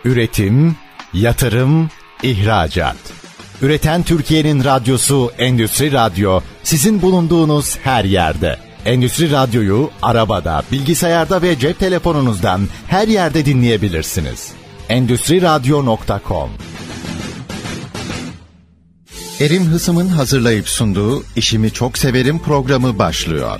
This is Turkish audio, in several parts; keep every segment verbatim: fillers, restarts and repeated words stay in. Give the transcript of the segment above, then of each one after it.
Üretim, yatırım, ihracat. Üreten Türkiye'nin radyosu Endüstri Radyo, sizin bulunduğunuz her yerde. Endüstri Radyo'yu arabada, bilgisayarda ve cep telefonunuzdan her yerde dinleyebilirsiniz. endüstri radyo nokta com. Erim Hısım'ın hazırlayıp sunduğu İşimi Çok Severim programı başlıyor.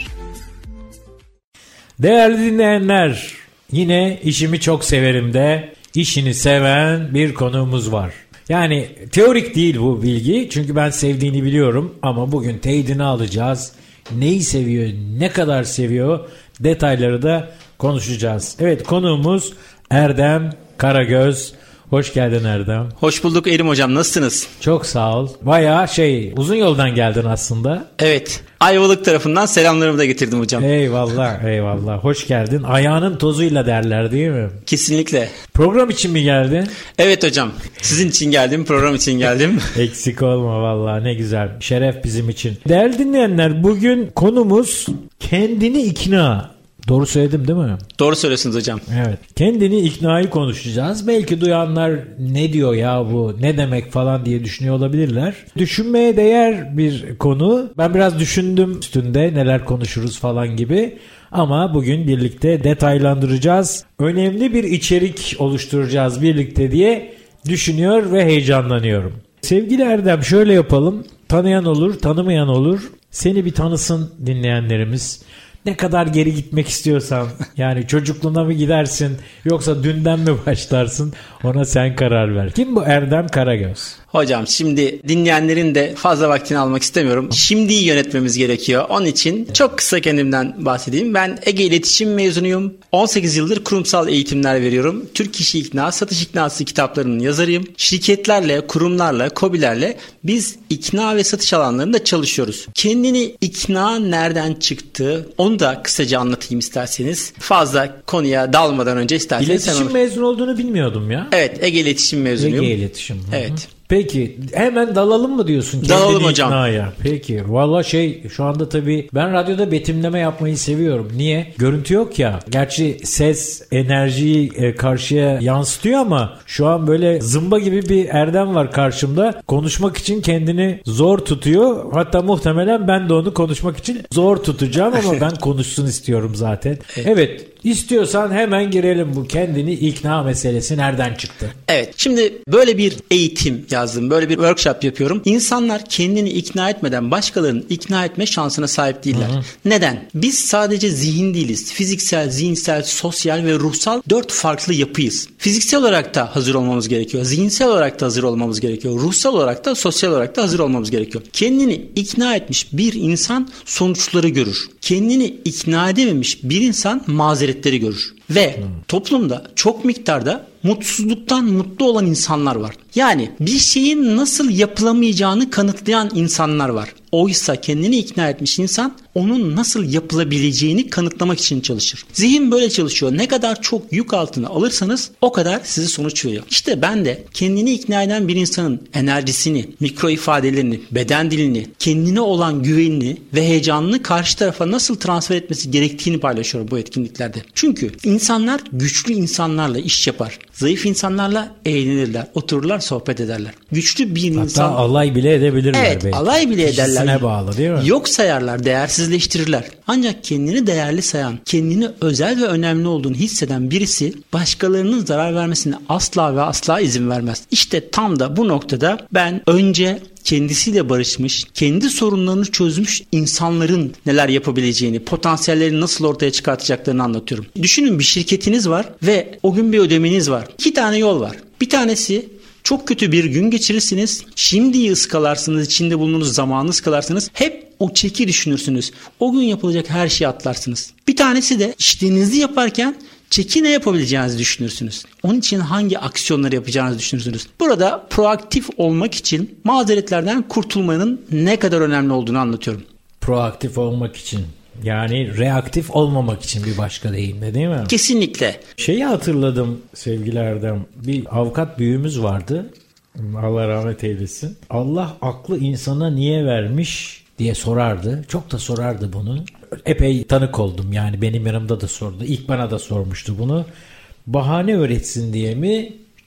Değerli dinleyenler, yine İşimi Çok Severim'de işini seven bir konuğumuz var. Yani teorik değil bu bilgi, çünkü ben sevdiğini biliyorum ama bugün teyidini alacağız. Neyi seviyor, ne kadar seviyor, detayları da konuşacağız. Evet, konuğumuz Erdem Karagöz. Hoş geldin Erdem. Hoş bulduk Erim hocam, nasılsınız? Çok sağ ol. Bayağı şey, uzun yoldan geldin aslında. Evet, Ayvalık tarafından selamlarımı da getirdim hocam. Eyvallah eyvallah, hoş geldin. Ayağının tozuyla derler değil mi? Kesinlikle. Program için mi geldin? Evet hocam, sizin için geldim, program için geldim. Eksik olma vallahi, ne güzel. Şeref bizim için. Değerli dinleyenler, bugün konumuz kendini ikna. Doğru söyledim değil mi? Doğru söylüyorsunuz hocam. Evet. Kendini iknayı konuşacağız. Belki duyanlar ne diyor ya bu, ne demek falan diye düşünüyor olabilirler. Düşünmeye değer bir konu. Ben biraz düşündüm üstünde, neler konuşuruz falan gibi. Ama bugün birlikte detaylandıracağız. Önemli bir içerik oluşturacağız birlikte diye düşünüyor ve heyecanlanıyorum. Sevgili Erdem, şöyle yapalım. Tanıyan olur, tanımayan olur. Seni bir tanısın dinleyenlerimiz. Ne kadar geri gitmek istiyorsan, yani çocukluğuna mı gidersin yoksa dünden mi başlarsın, ona sen karar ver. Kim bu Erdem Karagöz? Hocam şimdi dinleyenlerin de fazla vaktini almak istemiyorum. Şimdiyi yönetmemiz gerekiyor. Onun için çok kısa kendimden bahsedeyim. Ben Ege İletişim mezunuyum. on sekiz yıldır kurumsal eğitimler veriyorum. Türk İşi İkna, Satış İknası kitaplarının yazarıyım. Şirketlerle, kurumlarla, KOBİ'lerle biz ikna ve satış alanlarında çalışıyoruz. Kendini ikna nereden çıktı? Onu da kısaca anlatayım isterseniz. Fazla konuya dalmadan önce isterseniz. İletişim onu... mezun olduğunu bilmiyordum ya. Evet, Ege İletişim mezunuyum. Ege İletişim. Hı-hı. Evet. Peki hemen dalalım mı diyorsun? Dalalım hocam. İknaya. Peki. Valla şey, şu anda tabii ben radyoda betimleme yapmayı seviyorum. Niye? Görüntü yok ya. Gerçi ses enerjiyi e, karşıya yansıtıyor ama şu an böyle zımba gibi bir Erdem var karşımda. Konuşmak için kendini zor tutuyor. Hatta muhtemelen ben de onu konuşmak için zor tutacağım ama ben konuşsun istiyorum zaten. Evet. Evet. İstiyorsan hemen girelim, bu kendini ikna meselesi nereden çıktı? Evet, şimdi böyle bir eğitim yazdım, böyle bir workshop yapıyorum. İnsanlar kendini ikna etmeden başkalarını ikna etme şansına sahip değiller. Hı hı. Neden? Biz sadece zihin değiliz. Fiziksel, zihinsel, sosyal ve ruhsal dört farklı yapıyız. Fiziksel olarak da hazır olmamız gerekiyor. Zihinsel olarak da hazır olmamız gerekiyor. Ruhsal olarak da, sosyal olarak da hazır olmamız gerekiyor. Kendini ikna etmiş bir insan sonuçları görür. Kendini ikna edememiş bir insan mazeretleri görür. Ve hmm. toplumda çok miktarda mutsuzluktan mutlu olan insanlar var. Yani bir şeyin nasıl yapılamayacağını kanıtlayan insanlar var. Oysa kendini ikna etmiş insan onun nasıl yapılabileceğini kanıtlamak için çalışır. Zihin böyle çalışıyor. Ne kadar çok yük altına alırsanız o kadar sizi sonuç veriyor. İşte ben de kendini ikna eden bir insanın enerjisini, mikro ifadelerini, beden dilini, kendine olan güvenini ve heyecanını karşı tarafa nasıl transfer etmesi gerektiğini paylaşıyorum bu etkinliklerde. Çünkü insanlar güçlü insanlarla iş yapar. Zayıf insanlarla eğlenirler, otururlar, sohbet ederler. Güçlü bir Hatta insan... Hatta alay bile edebilirler. Evet, belki. alay bile ederler. Kişisine bağlı değil mi? Yok sayarlar, değersizleştirirler. Ancak kendini değerli sayan, kendini özel ve önemli olduğunu hisseden birisi başkalarının zarar vermesine asla ve asla izin vermez. İşte tam da bu noktada ben önce kendisiyle barışmış, kendi sorunlarını çözmüş insanların neler yapabileceğini, potansiyellerini nasıl ortaya çıkartacaklarını anlatıyorum. Düşünün, bir şirketiniz var ve o gün bir ödemeniz var. İki tane yol var. Bir tanesi, çok kötü bir gün geçirirsiniz. Şimdiyi ıskalarsınız, içinde bulunduğunuz zamanı ıskalarsınız. Hep o çeki düşünürsünüz. O gün yapılacak her şeyi atlarsınız. Bir tanesi de işlerinizi yaparken çeki ne yapabileceğinizi düşünürsünüz. Onun için hangi aksiyonları yapacağınızı düşünürsünüz. Burada proaktif olmak için mazeretlerden kurtulmanın ne kadar önemli olduğunu anlatıyorum. Proaktif olmak için. Yani reaktif olmamak için bir başka deyimle, değil mi? Kesinlikle. Şeyi hatırladım sevgili Erdem. Bir avukat büyüğümüz vardı. Allah rahmet eylesin. Allah aklı insana niye vermiş diye sorardı. Çok da sorardı bunu. Epey tanık oldum, yani benim yanımda da sordu. İlk bana da sormuştu bunu. Bahane öğretsin diye mi?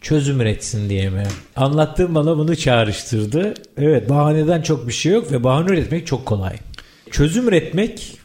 çözüm üretsin diye mi? Anlattığım bana bunu çağrıştırdı. Evet, bahaneden çok bir şey yok ve bahane üretmek çok kolay. Çözüm üretmek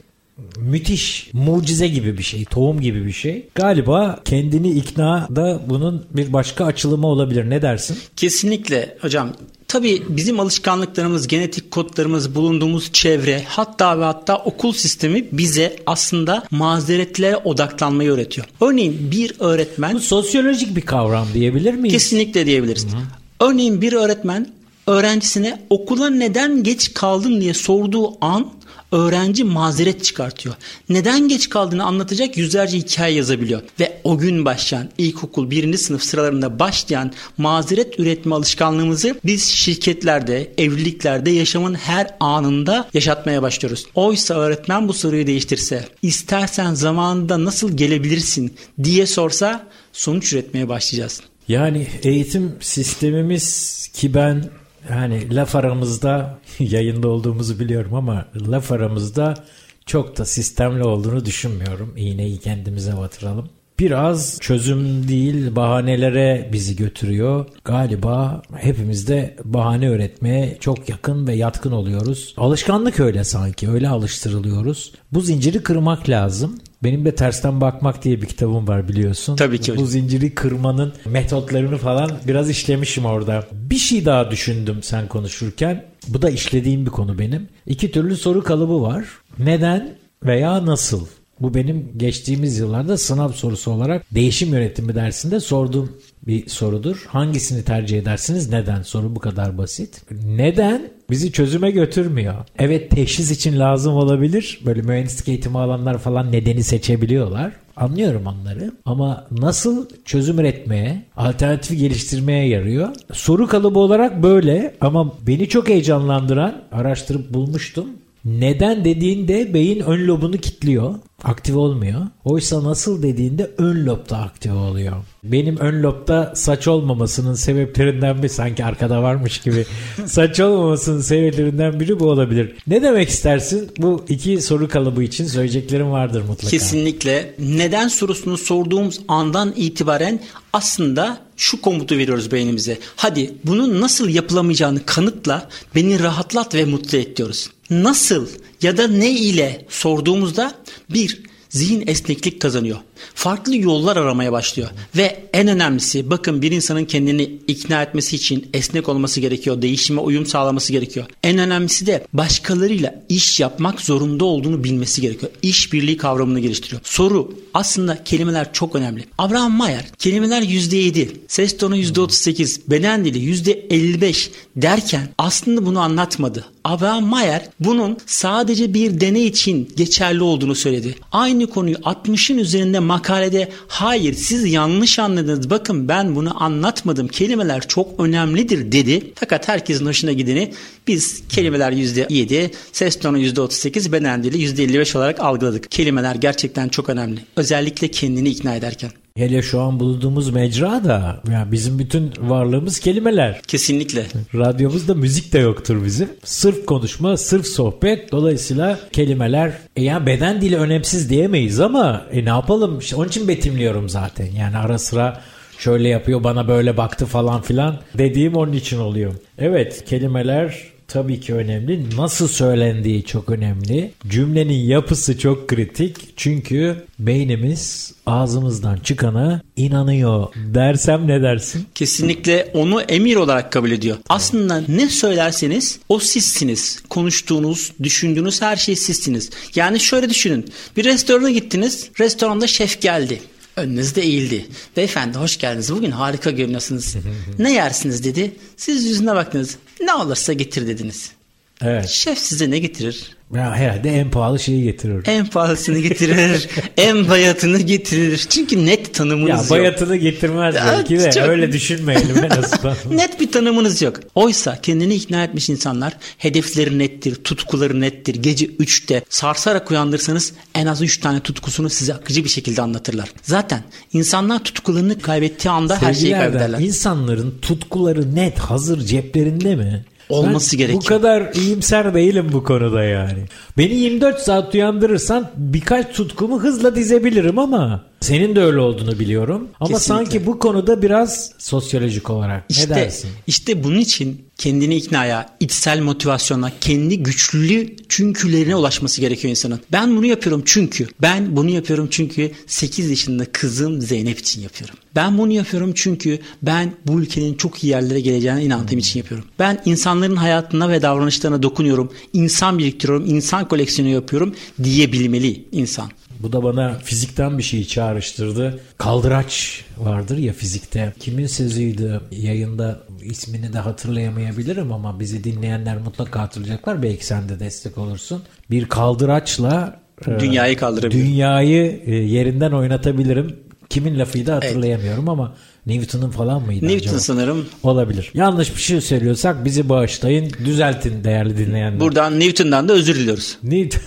müthiş, mucize gibi bir şey, tohum gibi bir şey. Galiba kendini ikna da bunun bir başka açılımı olabilir. Ne dersin? Kesinlikle hocam. Tabii bizim alışkanlıklarımız, genetik kodlarımız, bulunduğumuz çevre, hatta ve hatta okul sistemi bize aslında mazeretlere odaklanmayı öğretiyor. Örneğin bir öğretmen... Bu sosyolojik bir kavram diyebilir miyiz? Kesinlikle diyebiliriz. Hı-hı. Örneğin bir öğretmen öğrencisine okula neden geç kaldın diye sorduğu an öğrenci mazeret çıkartıyor. Neden geç kaldığını anlatacak yüzlerce hikaye yazabiliyor. Ve o gün başlayan, ilkokul birinci sınıf sıralarında başlayan mazeret üretme alışkanlığımızı biz şirketlerde, evliliklerde, yaşamın her anında yaşatmaya başlıyoruz. Oysa öğretmen bu soruyu değiştirse, istersen zamanında nasıl gelebilirsin diye sorsa sonuç üretmeye başlayacağız. Yani eğitim sistemimiz ki ben yani laf aramızda yayında olduğumuzu biliyorum ama laf aramızda çok da sistemli olduğunu düşünmüyorum. İğneyi kendimize batıralım. Biraz çözüm değil bahanelere bizi götürüyor. Galiba hepimiz de bahane üretmeye çok yakın ve yatkın oluyoruz. Alışkanlık öyle sanki, öyle alıştırılıyoruz. Bu zinciri kırmak lazım. Benim de Tersten Bakmak diye bir kitabım var biliyorsun. Tabii ki hocam. Bu zinciri kırmanın metotlarını falan biraz işlemişim orada. Bir şey daha düşündüm sen konuşurken. Bu da işlediğim bir konu benim. İki türlü soru kalıbı var. Neden veya nasıl? Bu benim geçtiğimiz yıllarda sınav sorusu olarak değişim yönetimi dersinde sorduğum bir sorudur. Hangisini tercih edersiniz? Neden? Soru bu kadar basit. Neden bizi çözüme götürmüyor? Evet, teşhis için lazım olabilir. Böyle mühendislik eğitimi alanlar falan nedeni seçebiliyorlar. Anlıyorum onları. Ama nasıl çözüm üretmeye, alternatifi geliştirmeye yarıyor? Soru kalıbı olarak böyle ama beni çok heyecanlandıran, araştırıp bulmuştum. Neden dediğinde beyin ön lobunu kilitliyor. Aktif olmuyor. Oysa nasıl dediğinde ön lobda aktif oluyor. Benim ön lobda saç olmamasının sebeplerinden bir sanki arkada varmış gibi saç olmamasının sebeplerinden biri bu olabilir. Ne demek istersin? Bu iki soru kalıbı için söyleyeceklerim vardır mutlaka. Kesinlikle. Neden sorusunu sorduğumuz andan itibaren aslında şu komutu veriyoruz beynimize. Hadi bunun nasıl yapılamayacağını kanıtla, beni rahatlat ve mutlu et diyoruz. Nasıl ya da ne ile sorduğumuzda bir, zihin esneklik kazanıyor. Farklı yollar aramaya başlıyor. Ve en önemlisi, bakın, bir insanın kendini ikna etmesi için esnek olması gerekiyor. Değişime uyum sağlaması gerekiyor. En önemlisi de başkalarıyla iş yapmak zorunda olduğunu bilmesi gerekiyor. İşbirliği kavramını geliştiriyor. Soru, aslında kelimeler çok önemli. Abraham Mayer kelimeler yüzde yedi, ses tonu yüzde otuz sekiz, beden dili yüzde elli beş derken aslında bunu anlatmadı. Abraham Mayer bunun sadece bir deney için geçerli olduğunu söyledi. Aynı konuyu altmışın üzerinde makalede hayır siz yanlış anladınız, bakın ben bunu anlatmadım, kelimeler çok önemlidir dedi. Fakat herkesin hoşuna gideni biz kelimeler yüzde yedi, ses tonu yüzde otuz sekiz, beden dili yüzde elli beş olarak algıladık. Kelimeler gerçekten çok önemli. Özellikle kendini ikna ederken. Hele şu an bulunduğumuz mecra da yani bizim bütün varlığımız kelimeler. Kesinlikle. Radyomuzda müzik de yoktur bizim. Sırf konuşma, sırf sohbet. Dolayısıyla kelimeler e ya beden dili önemsiz diyemeyiz ama e ne yapalım? İşte onun için betimliyorum zaten. Yani ara sıra şöyle yapıyor, bana böyle baktı falan filan dediğim onun için oluyor. Evet, kelimeler tabii ki önemli. Nasıl söylendiği çok önemli. Cümlenin yapısı çok kritik. Çünkü beynimiz ağzımızdan çıkana inanıyor dersem ne dersin? Kesinlikle onu emir olarak kabul ediyor. Aslında ne söylerseniz o sizsiniz. Konuştuğunuz, düşündüğünüz her şey sizsiniz. Yani şöyle düşünün. Bir restorana gittiniz. Restoranda şef geldi. Önünüzde eğildi. Beyefendi hoş geldiniz. Bugün harika görünüyorsunuz. Ne yersiniz dedi. Siz yüzüne baktınız. Ne olursa getir dediniz. Evet. Şef size ne getirir? Ya herhalde en pahalı şeyi getirir. En pahalısını getirir. En bayatını getirir. Çünkü net tanımınız ya, yok. Bayatını getirmez belki de. Çok... Öyle düşünmeyelim en azından. Net bir tanımınız yok. Oysa kendini ikna etmiş insanlar hedefleri nettir, tutkuları nettir. Gece üçte sarsarak uyandırsanız en az üç tane tutkusunu size akıcı bir şekilde anlatırlar. Zaten insanlar tutkularını kaybettiği anda her şeyi kaybederler. İnsanların tutkuları net, hazır ceplerinde mi? Olması ben gerekiyor. Bu kadar iyimser değilim bu konuda yani. Beni yirmi dört saat uyandırırsan birkaç tutkumu hızla dizebilirim ama Senin de öyle olduğunu biliyorum. Ama Kesinlikle. sanki bu konuda biraz sosyolojik olarak. İşte, ne dersin? İşte bunun için kendini iknaya, içsel motivasyona, kendi güçlü çünkülerine ulaşması gerekiyor insanın. Ben bunu yapıyorum çünkü. Ben bunu yapıyorum çünkü sekiz yaşında kızım Zeynep için yapıyorum. Ben bunu yapıyorum çünkü ben bu ülkenin çok iyi yerlere geleceğine inandığım için yapıyorum. Ben insanların hayatına ve davranışlarına dokunuyorum. İnsan biriktiriyorum, insan koleksiyonu yapıyorum diyebilmeli insan. Bu da bana fizikten bir şey çağrıştırdı. Kaldıraç vardır ya fizikte. Kimin sözüydü? Yayında ismini de hatırlayamayabilirim ama bizi dinleyenler mutlaka hatırlayacaklar. Belki sen de destek olursun. Bir kaldıraçla dünyayı kaldırabilirim. Dünyayı yerinden oynatabilirim. Kimin lafıydı hatırlayamıyorum, evet. Ama Newton'un falan mıydı Newton acaba? sanırım. Olabilir. Yanlış bir şey söylüyorsak bizi bağışlayın. Düzeltin değerli dinleyenler. Buradan Newton'dan da özür diliyoruz. Newton.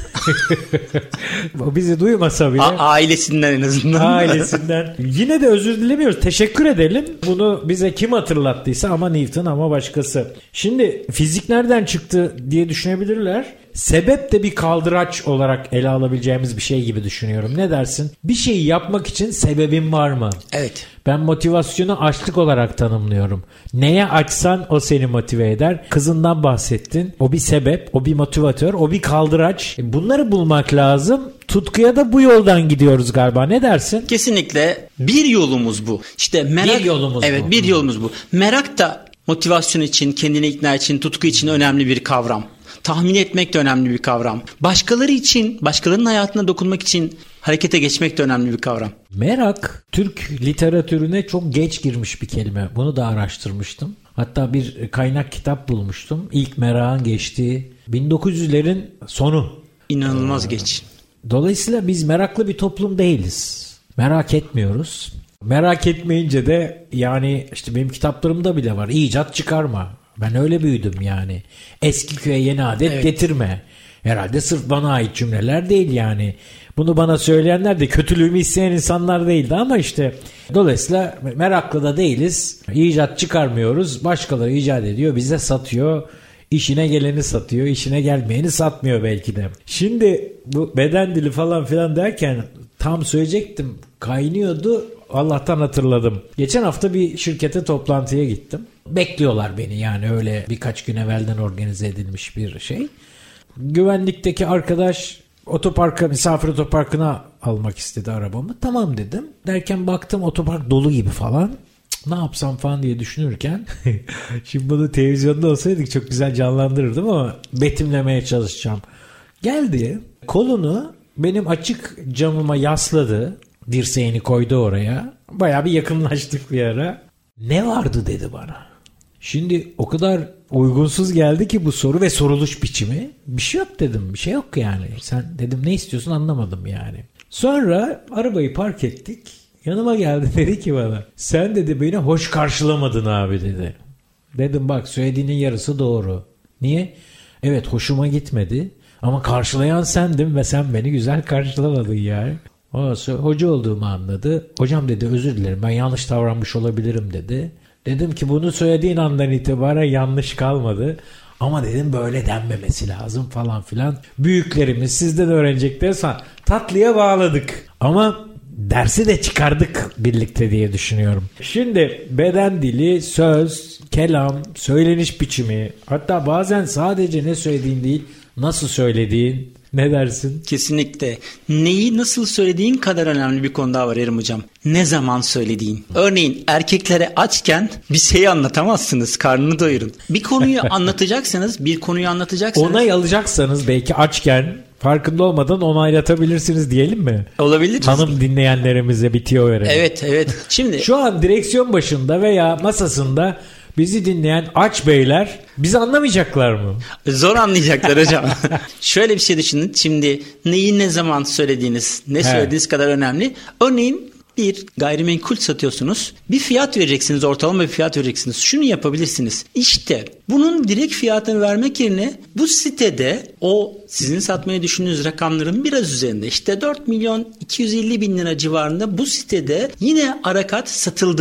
O bizi duymasa bile. A- ailesinden en azından. Ailesinden. Yine de özür dilemiyoruz. Teşekkür edelim. Bunu bize kim hatırlattıysa, ama Newton ama başkası. Şimdi fizik nereden çıktı diye düşünebilirler. Sebep de bir kaldıraç olarak ele alabileceğimiz bir şey gibi düşünüyorum. Ne dersin? Bir şeyi yapmak için sebebin var mı? Evet. Ben motivasyonu açlık olarak tanımlıyorum. Neye açsan o seni motive eder. Kızından bahsettin. O bir sebep, o bir motivatör, o bir kaldıraç. Bunları bulmak lazım. Tutkuya da bu yoldan gidiyoruz galiba. Ne dersin? Kesinlikle bir yolumuz bu. İşte merak, bir yolumuz evet, bu. bir yolumuz bu. Merak da motivasyon için, kendini ikna için, tutku için önemli bir kavram. Tahmin etmek de önemli bir kavram. Başkaları için, başkalarının hayatına dokunmak için harekete geçmek de önemli bir kavram. Merak, Türk literatürüne çok geç girmiş bir kelime. Bunu da araştırmıştım. Hatta bir kaynak kitap bulmuştum. İlk merakın geçtiği bin dokuz yüzlerin sonu. İnanılmaz ee, geç. Dolayısıyla biz meraklı bir toplum değiliz. Merak etmiyoruz. Merak etmeyince de yani işte benim kitaplarımda bile var. İcat çıkarma. Ben öyle büyüdüm yani. Eski köye yeni adet evet. getirme. Herhalde sırf bana ait cümleler değil yani. Bunu bana söyleyenler de kötülüğümü isteyen insanlar değildi ama işte. Dolayısıyla meraklı da değiliz. İcat çıkarmıyoruz. Başkaları icat ediyor, bize satıyor. İşine geleni satıyor, işine gelmeyeni satmıyor belki de. Şimdi bu beden dili falan filan derken tam söyleyecektim. Kaynıyordu. Allah'tan hatırladım. Geçen hafta bir şirkete toplantıya gittim. Bekliyorlar beni, yani öyle birkaç gün evvelden organize edilmiş bir şey. Güvenlikteki arkadaş otoparka, misafir otoparkına almak istedi arabamı. Tamam dedim. Derken baktım otopark dolu gibi falan. Cık, ne yapsam falan diye düşünürken şimdi bunu televizyonda olsaydık çok güzel canlandırırdım ama betimlemeye çalışacağım. Geldi, kolunu benim açık camıma yasladı. Dirseğini koydu oraya. Bayağı bir yakınlaştık bir ara. Ne vardı dedi bana. Şimdi o kadar uygunsuz geldi ki bu soru ve soruluş biçimi. Bir şey yok dedim. Bir şey yok yani. Sen dedim ne istiyorsun anlamadım yani. Sonra arabayı park ettik. Yanıma geldi, dedi ki bana. Sen dedi beni hoş karşılamadın abi dedi. Dedim bak söylediğinin yarısı doğru. Niye? Evet hoşuma gitmedi. Ama karşılayan sendin ve sen beni güzel karşılamadın yani. Ondan sonra hoca olduğumu anladı. Hocam dedi özür dilerim ben yanlış davranmış olabilirim dedi. Dedim ki bunu söylediğin andan itibaren yanlış kalmadı. Ama dedim böyle denmemesi lazım falan filan. Büyüklerimiz sizden öğrenecekleri sonra tatlıya bağladık. Ama dersi de çıkardık birlikte diye düşünüyorum. Şimdi beden dili, söz, kelam, söyleniş biçimi, hatta bazen sadece ne söylediğin değil nasıl söylediğin. Ne dersin? Kesinlikle. Neyi nasıl söylediğin kadar önemli bir konu daha var Erim Hocam. Ne zaman söylediğin. Örneğin erkeklere açken bir şeyi anlatamazsınız. Karnını doyurun. Bir konuyu anlatacaksanız, bir konuyu anlatacaksanız. Onay alacaksanız belki açken farkında olmadan onaylatabilirsiniz diyelim mi? Olabilir. Hanım dinleyenlerimize bir tüyo verelim. Evet, evet. Şimdi şu an direksiyon başında veya masasında bizi dinleyen aç beyler bizi anlamayacaklar mı? Zor anlayacaklar hocam. Şöyle bir şey düşünün. Şimdi neyi ne zaman söylediğiniz, ne söylediğiniz evet. kadar önemli. Örneğin bir gayrimenkul satıyorsunuz. Bir fiyat vereceksiniz, ortalama bir fiyat vereceksiniz. Şunu yapabilirsiniz. İşte bunun direkt fiyatını vermek yerine bu sitede o sizin satmayı düşündüğünüz rakamların biraz üzerinde. İşte dört milyon iki yüz elli bin lira civarında bu sitede yine arakat satıldı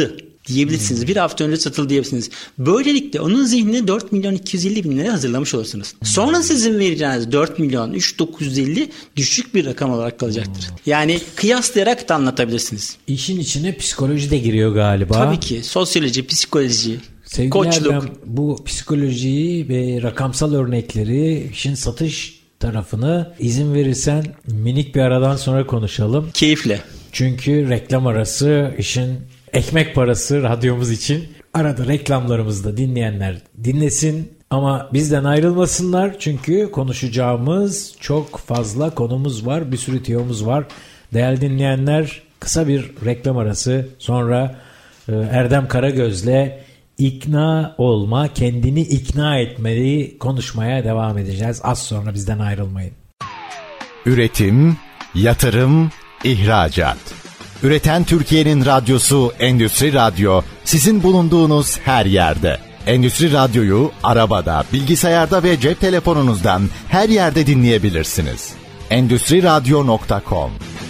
diyebilirsiniz. Hmm. Bir hafta önce satıldı diyebilirsiniz. Böylelikle onun zihnine dört milyon iki yüz elli bin lira hazırlamış olursunuz. Hmm. Sonra sizin vereceğiniz dört milyon üç bin dokuz yüz elli düşük bir rakam olarak kalacaktır. Hmm. Yani kıyaslayarak da anlatabilirsiniz. İşin içine psikoloji de giriyor galiba. Tabii ki. Sosyoloji, psikoloji, Sevgili koçluk. Erdem, bu psikolojiyi ve rakamsal örnekleri, işin satış tarafını izin verirsen minik bir aradan sonra konuşalım. Keyifle. Çünkü reklam arası işin ekmek parası radyomuz için. Arada reklamlarımızı da dinleyenler dinlesin ama bizden ayrılmasınlar. Çünkü konuşacağımız çok fazla konumuz var. Bir sürü tiyomuz var. Değerli dinleyenler, kısa bir reklam arası sonra Erdem Karagöz'le ikna olma, kendini ikna etmeyi konuşmaya devam edeceğiz. Az sonra bizden ayrılmayın. Üretim, yatırım, ihracat. Üreten Türkiye'nin radyosu Endüstri Radyo, sizin bulunduğunuz her yerde. Endüstri Radyo'yu arabada, bilgisayarda ve cep telefonunuzdan her yerde dinleyebilirsiniz. endüstri radyo nokta com.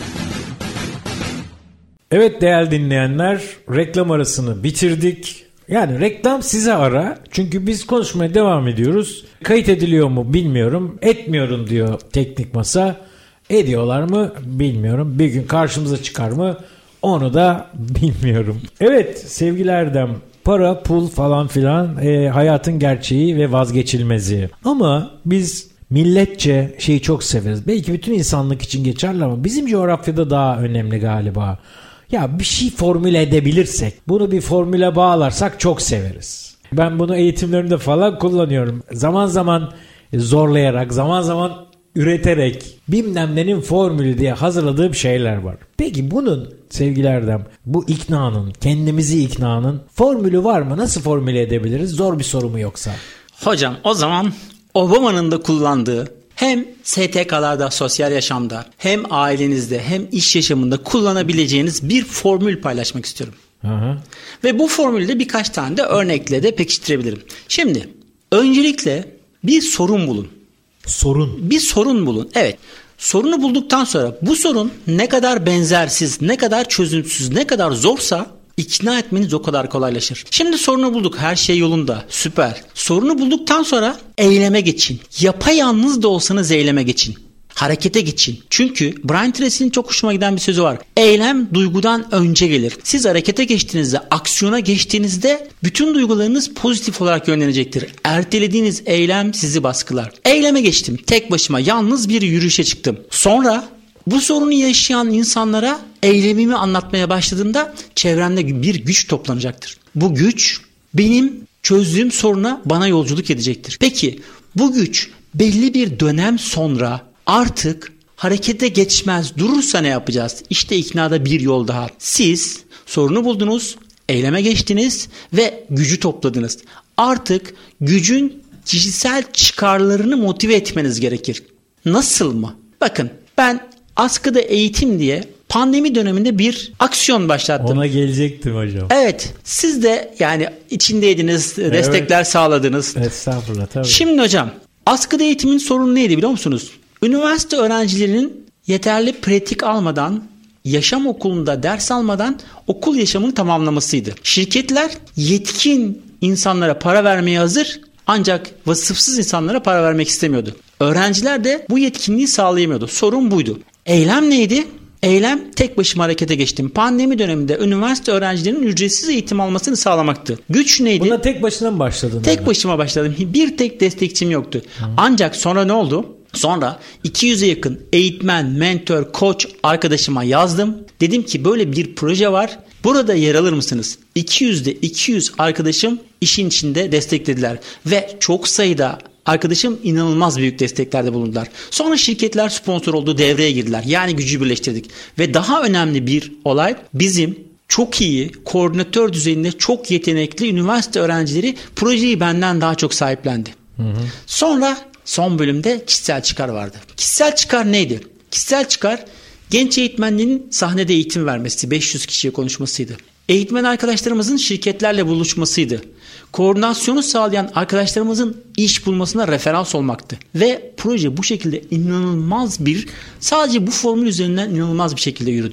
Evet değerli dinleyenler, reklam arasını bitirdik. Yani reklam size ara. Çünkü biz konuşmaya devam ediyoruz. Kayıt ediliyor mu bilmiyorum. Etmiyorum diyor teknik masa. Ediyorlar mı bilmiyorum. Bir gün karşımıza çıkar mı onu da bilmiyorum. Evet sevgili Erdem, para, pul falan filan e, hayatın gerçeği ve vazgeçilmezi. Ama biz milletçe şeyi çok severiz. Belki bütün insanlık için geçerli ama bizim coğrafyada daha önemli galiba. Ya bir şey formüle edebilirsek, bunu bir formüle bağlarsak çok severiz. Ben bunu eğitimlerimde falan kullanıyorum. Zaman zaman zorlayarak, zaman zaman üreterek bilmem nenin formülü diye hazırladığım şeyler var. Peki bunun sevgili Erdem, bu iknanın, kendimizi iknanın formülü var mı? Nasıl formüle edebiliriz? Zor bir soru mu yoksa? Hocam o zaman Obama'nın da kullandığı hem S T K'larda, sosyal yaşamda, hem ailenizde, hem iş yaşamında kullanabileceğiniz bir formül paylaşmak istiyorum. Hı-hı. Ve bu formülde birkaç tane de örnekle de pekiştirebilirim. Şimdi öncelikle bir sorun bulun. Sorun. Bir sorun bulun. Evet. Sorunu bulduktan sonra bu sorun ne kadar benzersiz, ne kadar çözümsüz, ne kadar zorsa ikna etmeniz o kadar kolaylaşır. Şimdi sorunu bulduk. Her şey yolunda. Süper. Sorunu bulduktan sonra eyleme geçin. Yapayalnız da olsanız eyleme geçin. Harekete geçin. Çünkü Brian Tracy'nin çok hoşuma giden bir sözü var. Eylem duygudan önce gelir. Siz harekete geçtiğinizde, aksiyona geçtiğinizde bütün duygularınız pozitif olarak yönlenecektir. Ertelediğiniz eylem sizi baskılar. Eyleme geçtim. Tek başıma yalnız bir yürüyüşe çıktım. Sonra bu sorunu yaşayan insanlara eylemimi anlatmaya başladığımda çevremde bir güç toplanacaktır. Bu güç benim çözdüğüm soruna bana yolculuk edecektir. Peki bu güç belli bir dönem sonra artık harekete geçmez durursa ne yapacağız? İşte iknada bir yol daha. Siz sorunu buldunuz, eyleme geçtiniz ve gücü topladınız. Artık gücün kişisel çıkarlarını motive etmeniz gerekir. Nasıl mı? Bakın ben askıda eğitim diye pandemi döneminde bir aksiyon başlattım. Ona gelecektim hocam. Evet. Siz de yani içindeydiniz, evet, destekler sağladınız. Estağfurullah tabii. Şimdi hocam askıda eğitimin sorunu neydi biliyor musunuz? Üniversite öğrencilerinin yeterli pratik almadan, yaşam okulunda ders almadan okul yaşamını tamamlamasıydı. Şirketler yetkin insanlara para vermeye hazır ancak vasıfsız insanlara para vermek istemiyordu. Öğrenciler de bu yetkinliği sağlayamıyordu. Sorun buydu. Eylem neydi? Eylem tek başıma harekete geçtim. Pandemi döneminde üniversite öğrencilerinin ücretsiz eğitim almasını sağlamaktı. Güç neydi? Buna tek başına mı başladın? Tek yani? başıma başladım. Bir tek destekçim yoktu. Hı. Ancak sonra ne oldu? Sonra iki yüze yakın eğitmen, mentor, koç arkadaşıma yazdım. Dedim ki böyle bir proje var. Burada yer alır mısınız? iki yüzde iki yüz arkadaşım işin içinde desteklediler. Ve çok sayıda arkadaşım inanılmaz büyük desteklerde bulundular. Sonra şirketler sponsor oldu, devreye girdiler. Yani gücü birleştirdik. Ve daha önemli bir olay, bizim çok iyi, koordinatör düzeyinde çok yetenekli üniversite öğrencileri projeyi benden daha çok sahiplendi. Hı hı. Sonra son bölümde kişisel çıkar vardı. Kişisel çıkar neydi? Kişisel çıkar genç eğitmenlerin sahnede eğitim vermesi, beş yüz kişiye konuşmasıydı. Eğitmen arkadaşlarımızın şirketlerle buluşmasıydı. Koordinasyonu sağlayan arkadaşlarımızın iş bulmasına referans olmaktı. Ve proje bu şekilde inanılmaz bir, sadece bu formül üzerinden inanılmaz bir şekilde yürüdü.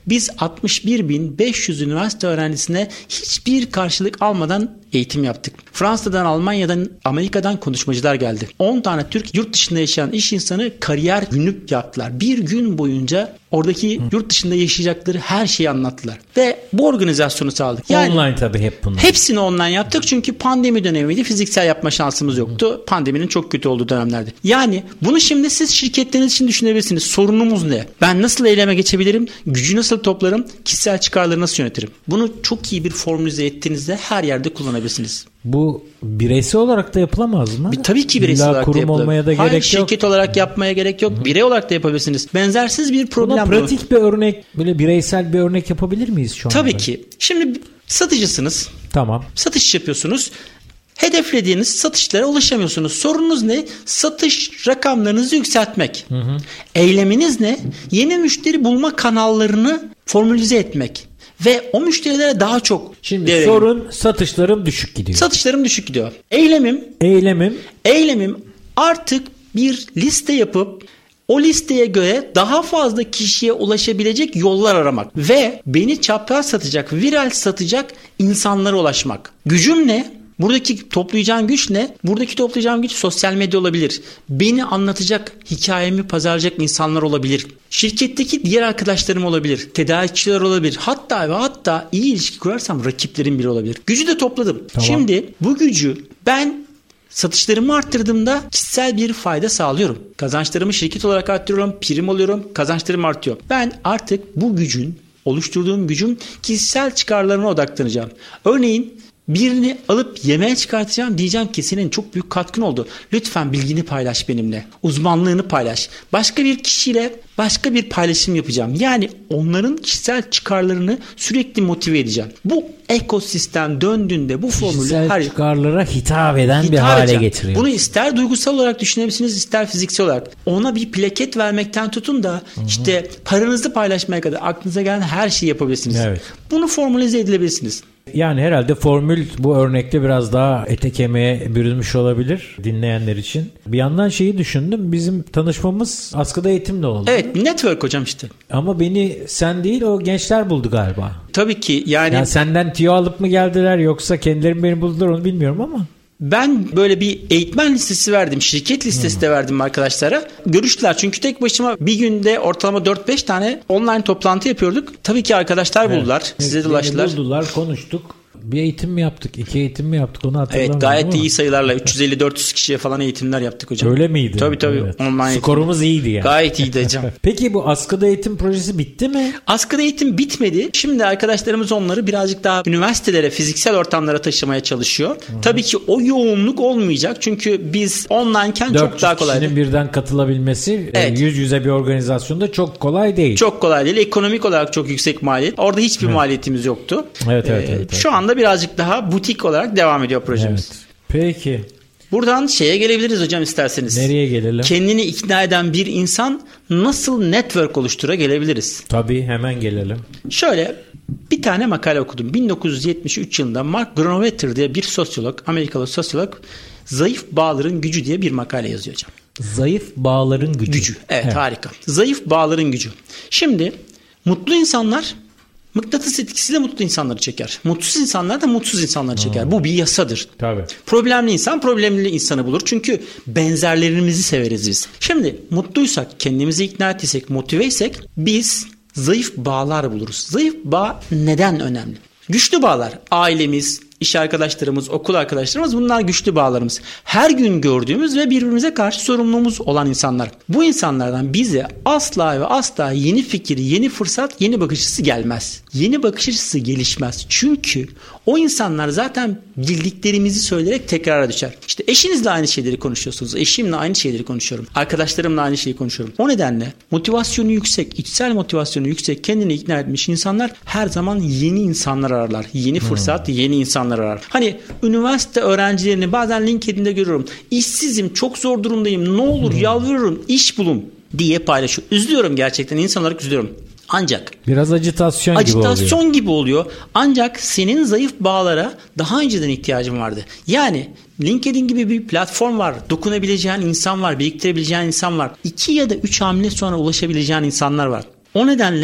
Biz altmış bir bin beş yüz üniversite öğrencisine hiçbir karşılık almadan eğitim yaptık. Fransa'dan, Almanya'dan, Amerika'dan konuşmacılar geldi. on tane Türk yurt dışında yaşayan iş insanı kariyer günü yaptılar. Bir gün boyunca oradaki Hı. yurt dışında yaşayacakları her şeyi anlattılar. Ve bu organizasyonu sağladık. Yani online tabii hep bunlar. Hepsini online yaptık çünkü pandemi dönemiydi. Fiziksel yapma şansımız yoktu. Hı. Pandeminin çok kötü olduğu dönemlerdi. Yani bunu şimdi siz şirketleriniz için düşünebilirsiniz. Sorunumuz ne? Ben nasıl eyleme geçebilirim? Gücü nasıl toplarım? Kişisel çıkarları nasıl yönetirim? Bunu çok iyi bir formülize ettiğinizde her yerde kullanabilirsiniz. Bu bireysel olarak da yapılamaz mı? Bir, tabii ki bireysel İlla olarak kurum da yapılabilir. olmaya da Hayır, gerek yok. şirket olarak yapmaya gerek yok. Hı-hı. Birey olarak da yapabilirsiniz. Benzersiz bir problem Buna bu. pratik bir örnek, böyle bireysel bir örnek yapabilir miyiz şu anda? Tabii ki. Şimdi satıcısınız. Tamam. Satış yapıyorsunuz. Hedeflediğiniz satışlara ulaşamıyorsunuz. Sorunuz ne? Satış rakamlarınızı yükseltmek. Hı hı. Eyleminiz ne? Yeni müşteri bulma kanallarını formülize etmek. Ve o müşterilere daha çok... Şimdi sorun satışlarım düşük gidiyor. Satışlarım düşük gidiyor. Eylemim... Eylemim... Eylemim artık bir liste yapıp o listeye göre daha fazla kişiye ulaşabilecek yollar aramak. Ve beni çapraz satacak, viral satacak insanlara ulaşmak. Gücüm ne? Buradaki toplayacağım güç ne? Buradaki toplayacağım güç sosyal medya olabilir. Beni anlatacak, hikayemi pazarlayacak insanlar olabilir. Şirketteki diğer arkadaşlarım olabilir. Tedarikçiler olabilir. Hatta ve hatta iyi ilişki kurarsam rakiplerim bile olabilir. Gücü de topladım. Tamam. Şimdi bu gücü ben satışlarımı arttırdığımda kişisel bir fayda sağlıyorum. Kazançlarımı şirket olarak arttırıyorum. Prim oluyorum. Kazançlarım artıyor. Ben artık bu gücün, oluşturduğum gücün kişisel çıkarlarına odaklanacağım. Örneğin birini alıp yemeğe çıkartacağım, diyeceğim ki senin çok büyük katkın oldu. Lütfen bilgini paylaş benimle. Uzmanlığını paylaş. Başka bir kişiyle başka bir paylaşım yapacağım. Yani onların kişisel çıkarlarını sürekli motive edeceğim. Bu ekosistem döndüğünde bu formülü kişisel her çıkarlara hitap eden hitap bir hale edeceğim. getiriyor. Bunu ister duygusal olarak düşünebilirsiniz, ister fiziksel olarak. Ona bir plaket vermekten tutun da Hı-hı. işte paranızı paylaşmaya kadar aklınıza gelen her şeyi yapabilirsiniz. Evet. Bunu formülize edilebilirsiniz. Yani herhalde formül bu örnekte biraz daha ete kemiğe bürünmüş olabilir dinleyenler için. Bir yandan şeyi düşündüm. Bizim tanışmamız askıda eğitimle oldu. Evet, bir network hocam işte. Ama beni sen değil o gençler buldu galiba. Tabii ki yani. Yani senden tiyo alıp mı geldiler yoksa kendileri beni buldular onu bilmiyorum ama. Ben böyle bir eğitmen listesi verdim. Şirket listesi hmm. de verdim arkadaşlara. Görüştüler. Çünkü tek başıma bir günde ortalama dört beş tane online toplantı yapıyorduk. Tabii ki arkadaşlar evet. buldular. Size evet, de ulaştılar. Buldular, konuştuk. Bir eğitim mi yaptık? İki eğitim mi yaptık? Onu hatırlamıyorum. Evet, gayet iyi sayılarla üç yüz elli dört yüz kişiye falan eğitimler yaptık hocam. Öyle miydi? Tabii tabii. Evet. Online skorumuz eğitim. iyiydi yani. Gayet iyiydi hocam. Peki bu askıda eğitim projesi bitti mi? Askıda eğitim bitmedi. Şimdi arkadaşlarımız onları birazcık daha üniversitelere, fiziksel ortamlara taşımaya çalışıyor. Hı-hı. Tabii ki o yoğunluk olmayacak. Çünkü biz onlineken çok daha kolay. dört yüz kişinin birden katılabilmesi evet. yüz yüze bir organizasyonda çok kolay değil. Çok kolay değil. Ekonomik olarak çok yüksek maliyet. Orada hiçbir evet. maliyetimiz yoktu. Evet evet, ee, evet evet. Şu anda birazcık daha butik olarak devam ediyor projemiz. Evet. Peki. Buradan şeye gelebiliriz hocam isterseniz. Nereye gelelim? Kendini ikna eden bir insan nasıl network oluştura gelebiliriz? Tabii hemen gelelim. Şöyle bir tane makale okudum. bin dokuz yüz yetmiş üç yılında Mark Granovetter diye bir sosyolog, Amerikalı sosyolog Zayıf Bağların Gücü diye bir makale yazıyor hocam. Zayıf bağların gücü. Gücü. Evet, evet harika. Zayıf bağların gücü. Şimdi mutlu insanlar mıknatıs etkisiyle mutlu insanları çeker. Mutsuz insanlar da mutsuz insanları çeker. Hmm. Bu bir yasadır. Tabii. Problemli insan problemli insanı bulur. Çünkü benzerlerimizi severiz biz. Şimdi mutluysak, kendimizi ikna ettiysek, motiveysek biz zayıf bağlar buluruz. Zayıf bağ neden önemli? Güçlü bağlar. Ailemiz, iş arkadaşlarımız, okul arkadaşlarımız bunlar güçlü bağlarımız. Her gün gördüğümüz ve birbirimize karşı sorumluluğumuz olan insanlar. Bu insanlardan bize asla ve asla yeni fikir, yeni fırsat, yeni bakış açısı gelmez. Yeni bakış açısı gelişmez. Çünkü o insanlar zaten bildiklerimizi söyleyerek tekrara düşer. İşte eşinizle aynı şeyleri konuşuyorsunuz. Eşimle aynı şeyleri konuşuyorum. Arkadaşlarımla aynı şeyi konuşuyorum. O nedenle motivasyonu yüksek, içsel motivasyonu yüksek, kendini ikna etmiş insanlar her zaman yeni insanlar ararlar. Yeni fırsat, hmm. yeni insanlar arar. Hani üniversite öğrencilerini bazen LinkedIn'de görüyorum. İşsizim, çok zor durumdayım. Ne olur hmm. yalvarıyorum, iş bulun diye paylaşıyor. Üzülüyorum gerçekten. İnsan olarak üzülüyorum. Ancak biraz ajitasyon, ajitasyon gibi oluyor. gibi oluyor. Ancak senin zayıf bağlara daha önceden ihtiyacın vardı. Yani LinkedIn gibi bir platform var. Dokunabileceğin insan var. Biriktirebileceğin insan var. İki ya da üç hamle sonra ulaşabileceğin insanlar var. O nedenle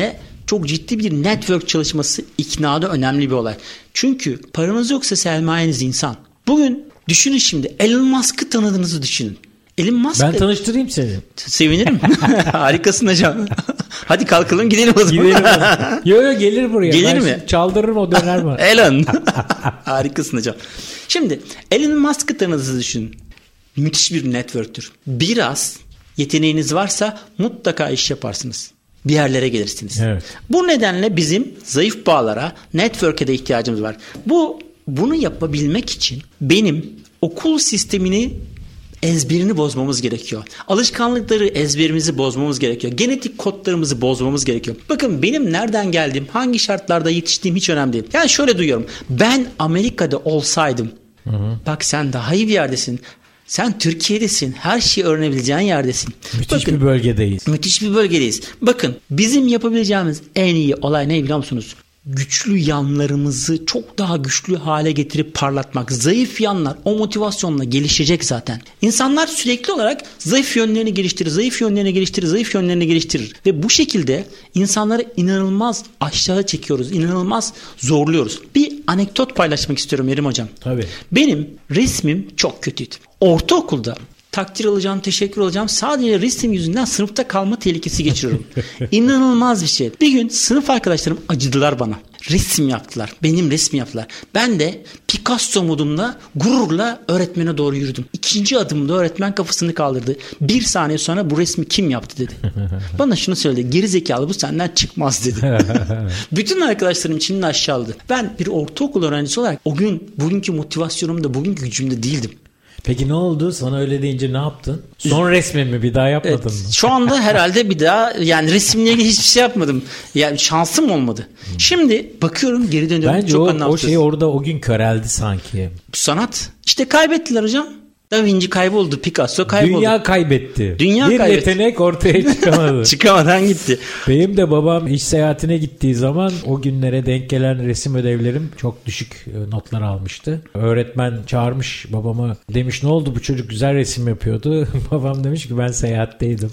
çok ciddi bir network çalışması iknada önemli bir olay. Çünkü paranız yoksa sermayeniz insan. Bugün düşünün şimdi Elon Musk'ı tanıdığınızı düşünün. Elon Musk. Ben tanıştırayım seni. Sevinirim. Harikasın hocam. Hadi kalkalım gidelim o zaman. Gidelim. Yo yo gelir buraya. Gelir ben mi? Çaldırırım o döner mi? Elon. Harikasın hocam. Şimdi Elon Musk'ı tanıdığınızı düşünün. Müthiş bir network'tür. Biraz yeteneğiniz varsa mutlaka iş yaparsınız. Bir yerlere gelirsiniz. Evet. Bu nedenle bizim zayıf bağlara, network'e de ihtiyacımız var. Bu bunu yapabilmek için benim okul sistemini ezberini bozmamız gerekiyor. Alışkanlıkları ezberimizi bozmamız gerekiyor. Genetik kodlarımızı bozmamız gerekiyor. Bakın benim nereden geldiğim, hangi şartlarda yetiştiğim hiç önemli değil. Yani şöyle duyuyorum. Ben Amerika'da olsaydım, hı hı. bak sen daha iyi bir yerdesin. Sen Türkiye'desin. Her şeyi öğrenebileceğin yerdesin. Müthiş Bakın, bir bölgedeyiz. Müthiş bir bölgedeyiz. Bakın bizim yapabileceğimiz en iyi olay ne biliyor musunuz? Güçlü yanlarımızı çok daha güçlü hale getirip parlatmak. Zayıf yanlar o motivasyonla gelişecek zaten. İnsanlar sürekli olarak zayıf yönlerini geliştirir, zayıf yönlerini geliştirir, zayıf yönlerini geliştirir. Ve bu şekilde insanları inanılmaz aşağı çekiyoruz, inanılmaz zorluyoruz. Bir anekdot paylaşmak istiyorum Yerim Hocam. Tabii. Benim resmim çok kötüydü. Ortaokulda takdir alacağım, teşekkür alacağım. Sadece resim yüzünden sınıfta kalma tehlikesi geçiriyorum. İnanılmaz bir şey. Bir gün sınıf arkadaşlarım acıdılar bana. Resim yaptılar. Benim resmi yaptılar. Ben de Picasso modumla, gururla öğretmene doğru yürüdüm. İkinci adımda öğretmen kafasını kaldırdı. Bir saniye sonra bu resmi kim yaptı dedi. Bana şunu söyledi. Geri zekalı bu senden çıkmaz dedi. Bütün arkadaşlarım içimden aşağıladı. Ben bir ortaokul öğrencisi olarak o gün bugünkü motivasyonumda, bugünkü gücümde değildim. Peki ne oldu? Sana öyle deyince ne yaptın? Son resmimi bir daha yapmadın evet, mı? Şu anda herhalde bir daha yani resimle ilgili hiçbir şey yapmadım. Yani şansım olmadı. Hmm. Şimdi bakıyorum geri dönüyorum. Bence çok o, anlamsız. o şey orada o gün köreldi sanki. Sanat. İşte kaybettiler hocam. Da Vinci kayboldu. Picasso kayboldu. Dünya kaybetti. Dünya bir kaybetti. yetenek ortaya çıkamadı. Çıkamadan gitti. Benim de babam iş seyahatine gittiği zaman o günlere denk gelen resim ödevlerim çok düşük notlar almıştı. Öğretmen çağırmış babamı, demiş ne oldu bu çocuk güzel resim yapıyordu. Babam demiş ki ben seyahatteydim.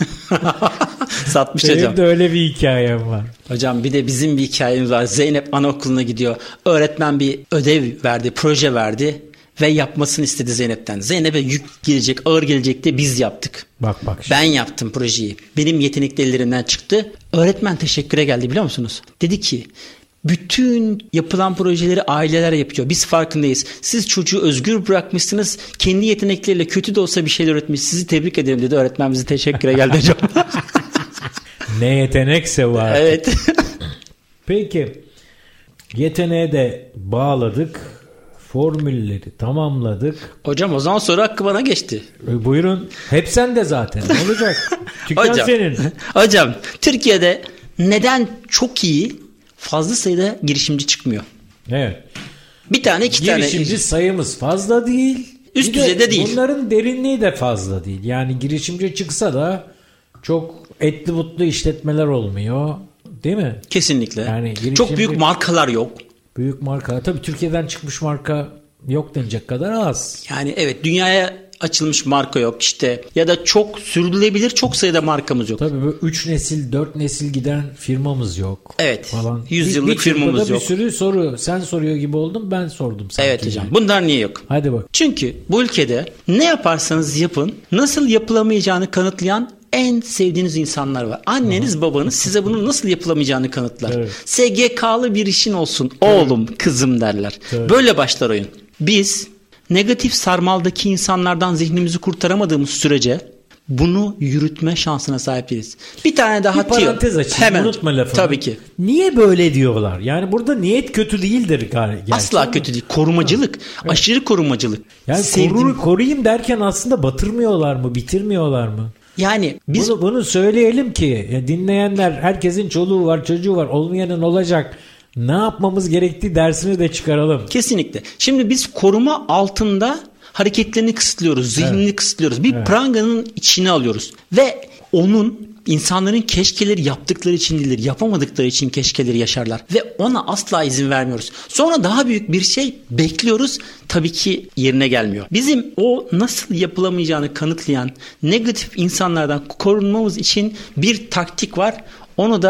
Satmış Benim hocam. Benim de öyle bir hikayem var. Hocam bir de bizim bir hikayemiz var. Zeynep anaokuluna gidiyor. Öğretmen bir ödev verdi, proje verdi. Ve yapmasını istedi Zeynep'ten. Zeynep'e yük gelecek, ağır gelecek diye biz yaptık. Bak bak. Şimdi. Ben yaptım projeyi. Benim yetenekli ellerinden çıktı. Öğretmen teşekküre geldi biliyor musunuz? Dedi ki bütün yapılan projeleri aileler yapıyor. Biz farkındayız. Siz çocuğu özgür bırakmışsınız. Kendi yetenekleriyle kötü de olsa bir şeyler öğretmiş. Sizi tebrik ederim dedi. Öğretmen bize teşekküre geldi hocam. Ne yetenekse var. Evet. Peki. Yeteneğe de bağladık. Formülleri tamamladık. Hocam o zaman soru hakkı bana geçti. E, buyurun. Hep sende zaten. Ne olacak? Dükkan hocam, senin. Hocam Türkiye'de neden çok iyi fazla sayıda girişimci çıkmıyor? Evet. Bir tane iki girişimci tane. Girişimci sayımız fazla değil. Üst düzeyde de değil. Bunların derinliği de fazla değil. Yani girişimci çıksa da çok etli butlu işletmeler olmuyor. Değil mi? Kesinlikle. Yani girişimci... Çok büyük markalar yok. Büyük marka. Tabii Türkiye'den çıkmış marka yok denecek kadar az. Yani evet dünyaya açılmış marka yok işte ya da çok sürdürülebilir çok sayıda markamız yok. Tabii böyle üç nesil dört nesil giden firmamız yok. Evet. Falan. yüz yıllık firmamız yok. Bir sürü soru sen soruyor gibi oldum ben sordum sanki. Evet hocam bunlar niye yok? Hadi bak. Çünkü bu ülkede ne yaparsanız yapın nasıl yapılamayacağını kanıtlayan en sevdiğiniz insanlar var. Anneniz babanız size bunun nasıl yapılamayacağını kanıtlar. Evet. S G K'lı bir işin olsun oğlum kızım derler. Evet. Böyle başlar oyun. Biz negatif sarmaldaki insanlardan zihnimizi kurtaramadığımız sürece bunu yürütme şansına sahip değiliz. Bir tane daha bir parantez açayım. Hemen. Unutma lafını. Tabii ki. Niye böyle diyorlar? Yani burada niyet kötü değildir galiba. Asla kötü değil. Korumacılık. Evet. Aşırı korumacılık. Yani Sevdim. koru, koruyayım derken aslında batırmıyorlar mı? Bitirmiyorlar mı? Yani biz bunu, bunu söyleyelim ki ya dinleyenler herkesin çoluğu var çocuğu var olmayanın olacak. Ne yapmamız gerektiği dersini de çıkaralım. Kesinlikle. Şimdi biz koruma altında hareketlerini kısıtlıyoruz, zihnini evet. kısıtlıyoruz. Bir evet. pranganın içine alıyoruz ve onun insanların keşkeleri yaptıkları için değildir, yapamadıkları için keşkeleri yaşarlar ve ona asla izin vermiyoruz. Sonra daha büyük bir şey bekliyoruz, tabii ki yerine gelmiyor. Bizim o nasıl yapılamayacağını kanıtlayan negatif insanlardan korunmamız için bir taktik var. Onu da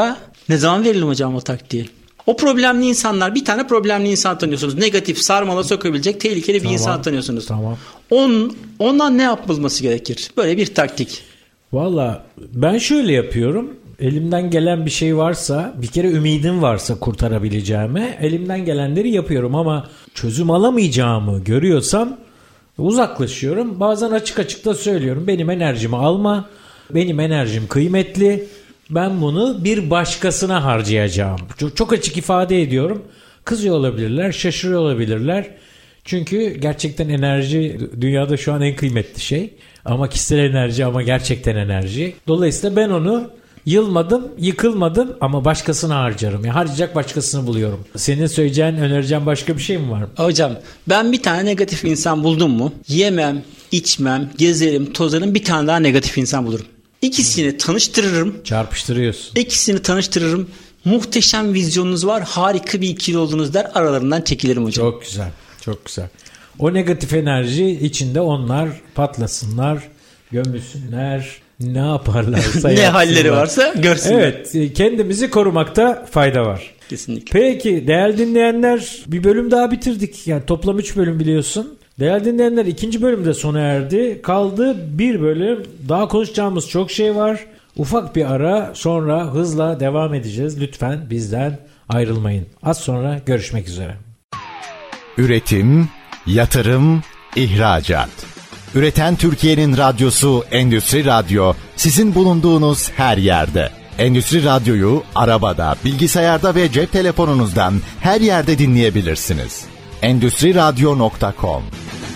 Ne zaman verelim hocam o taktiği? O problemli insanlar, bir tane problemli insan tanıyorsunuz. Negatif, sarmala sokabilecek tehlikeli bir tamam, insan tanıyorsunuz. Tamam. On, ondan ne yapılması gerekir? Böyle bir taktik. Valla ben şöyle yapıyorum. Elimden gelen bir şey varsa, bir kere ümidim varsa kurtarabileceğime, elimden gelenleri yapıyorum ama çözüm alamayacağımı görüyorsam uzaklaşıyorum. Bazen açık açık da söylüyorum. Benim enerjimi alma. Benim enerjim kıymetli. Ben bunu bir başkasına harcayacağım. Çok, çok açık ifade ediyorum. Kızıyor olabilirler, şaşırıyor olabilirler. Çünkü gerçekten enerji dünyada şu an en kıymetli şey. Ama kişisel enerji, ama gerçekten enerji. Dolayısıyla ben onu yılmadım, yıkılmadım ama başkasına harcarım. Yani harcayacak başkasını buluyorum. Senin söyleyeceğin, önereceğin başka bir şey mi var? Hocam ben bir tane negatif insan buldum mu? Yemem, içmem, gezerim, tozarım, bir tane daha negatif insan bulurum. İkisini tanıştırırım. Çarpıştırıyorsun. İkisini tanıştırırım. Muhteşem vizyonunuz var. Harika bir ikili oldunuz der. Aralarından çekilirim hocam. Çok güzel. Çok güzel. O negatif enerji içinde onlar patlasınlar, gömülsünler, ne yaparlarsa ne halleri varsa görsünler. Evet, kendimizi korumakta fayda var. Kesinlikle. Peki değerli dinleyenler, bir bölüm daha bitirdik. Yani toplam üç bölüm biliyorsun. Değerli dinleyenler, ikinci bölümde sona erdi. Kaldı bir bölüm. Daha konuşacağımız çok şey var. Ufak bir ara, sonra hızla devam edeceğiz. Lütfen bizden ayrılmayın. Az sonra görüşmek üzere. Üretim, yatırım, ihracat. Üreten Türkiye'nin radyosu Endüstri Radyo, sizin bulunduğunuz her yerde. Endüstri Radyo'yu arabada, bilgisayarda ve cep telefonunuzdan her yerde dinleyebilirsiniz. endüstri radyo nokta com.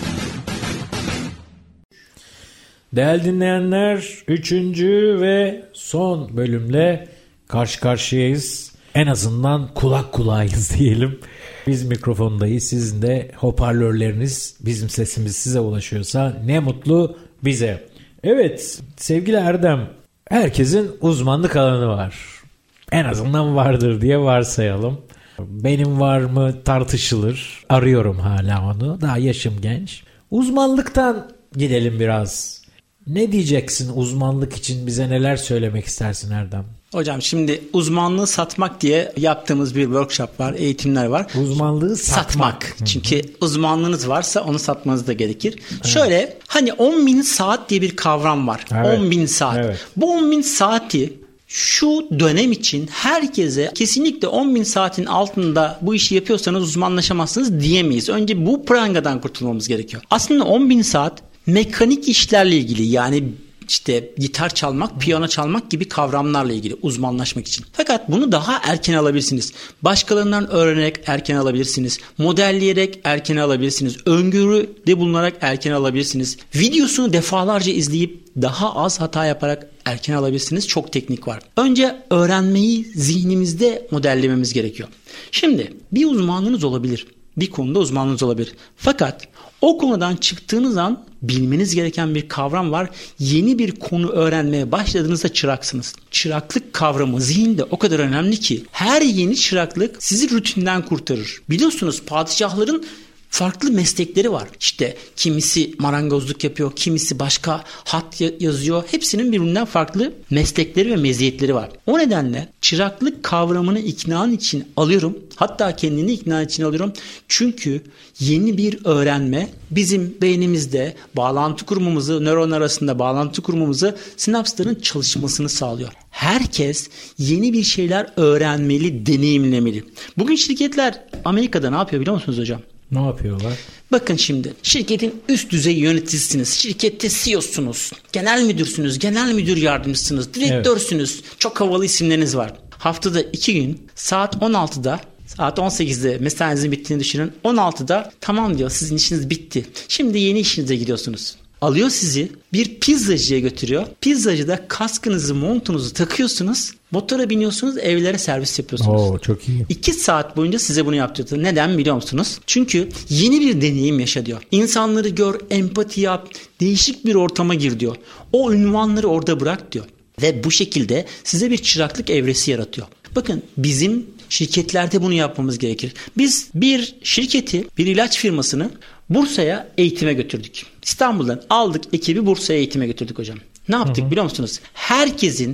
Değerli dinleyenler, üçüncü ve son bölümle karşı karşıyayız. En azından kulak kulağıyız diyelim. Biz mikrofondayız, sizin de hoparlörleriniz, bizim sesimiz size ulaşıyorsa ne mutlu bize. Evet sevgili Erdem, herkesin uzmanlık alanı var. En azından vardır diye varsayalım. Benim var mı tartışılır. Arıyorum hala onu. Daha yaşım genç. Uzmanlıktan gidelim biraz. Ne diyeceksin uzmanlık için, bize neler söylemek istersin Erdem? Hocam şimdi uzmanlığı satmak diye yaptığımız bir workshop var, eğitimler var. Uzmanlığı satmak. Satmak. Çünkü uzmanlığınız varsa onu satmanız da gerekir. Evet. Şöyle hani on bin saat diye bir kavram var. Evet. on bin saat. Evet. Bu on bin saati şu dönem için herkese kesinlikle on bin saatin altında bu işi yapıyorsanız uzmanlaşamazsınız diyemeyiz. Önce bu prangadan kurtulmamız gerekiyor. Aslında on bin saat mekanik işlerle ilgili, yani işte gitar çalmak, piyano çalmak gibi kavramlarla ilgili uzmanlaşmak için. Fakat bunu daha erken alabilirsiniz. Başkalarından öğrenerek erken alabilirsiniz. Modelleyerek erken alabilirsiniz. Öngörüde bulunarak erken alabilirsiniz. Videosunu defalarca izleyip daha az hata yaparak erken alabilirsiniz. Çok teknik var. Önce öğrenmeyi zihnimizde modellememiz gerekiyor. Şimdi bir uzmanlığınız olabilir. Bir konuda uzmanlığınız olabilir. Fakat o konudan çıktığınız an bilmeniz gereken bir kavram var. Yeni bir konu öğrenmeye başladığınızda çıraksınız. Çıraklık kavramı zihinde o kadar önemli ki her yeni çıraklık sizi rutinden kurtarır. Biliyorsunuz padişahların farklı meslekleri var. İşte kimisi marangozluk yapıyor, kimisi başka hat yazıyor. Hepsinin birbirinden farklı meslekleri ve meziyetleri var. O nedenle çıraklık kavramını ikna için alıyorum. Hatta kendini ikna için alıyorum. Çünkü yeni bir öğrenme bizim beynimizde bağlantı kurmamızı, nöron arasında bağlantı kurmamızı, sinapsların çalışmasını sağlıyor. Herkes yeni bir şeyler öğrenmeli, deneyimlemeli. Bugün şirketler Amerika'da ne yapıyor biliyor musunuz hocam? Ne yapıyorlar? Bakın şimdi şirketin üst düzey yöneticisiniz. Şirkette C E O'sunuz. Genel müdürsünüz. Genel müdür yardımcısınız. Direktörsünüz. Evet. Çok havalı isimleriniz var. Haftada iki gün saat on altıda, saat on sekizde mesainizin bittiğini düşünün. on altıda tamam diyor, sizin işiniz bitti. Şimdi yeni işinize gidiyorsunuz. Alıyor sizi bir pizzacıya götürüyor. Pizzacıda kaskınızı, montunuzu takıyorsunuz. Motora biniyorsunuz, evlere servis yapıyorsunuz. Oo, çok iyi. İki saat boyunca size bunu yaptırdı. Neden biliyor musunuz? Çünkü yeni bir deneyim yaşa diyor. İnsanları gör, empati yap, değişik bir ortama gir diyor. O ünvanları orada bırak diyor. Ve bu şekilde size bir çıraklık evresi yaratıyor. Bakın bizim şirketlerde bunu yapmamız gerekir. Biz bir şirketi, bir ilaç firmasını Bursa'ya eğitime götürdük. İstanbul'dan aldık ekibi, Bursa'ya eğitime götürdük hocam. Ne yaptık hı hı. biliyor musunuz? Herkesin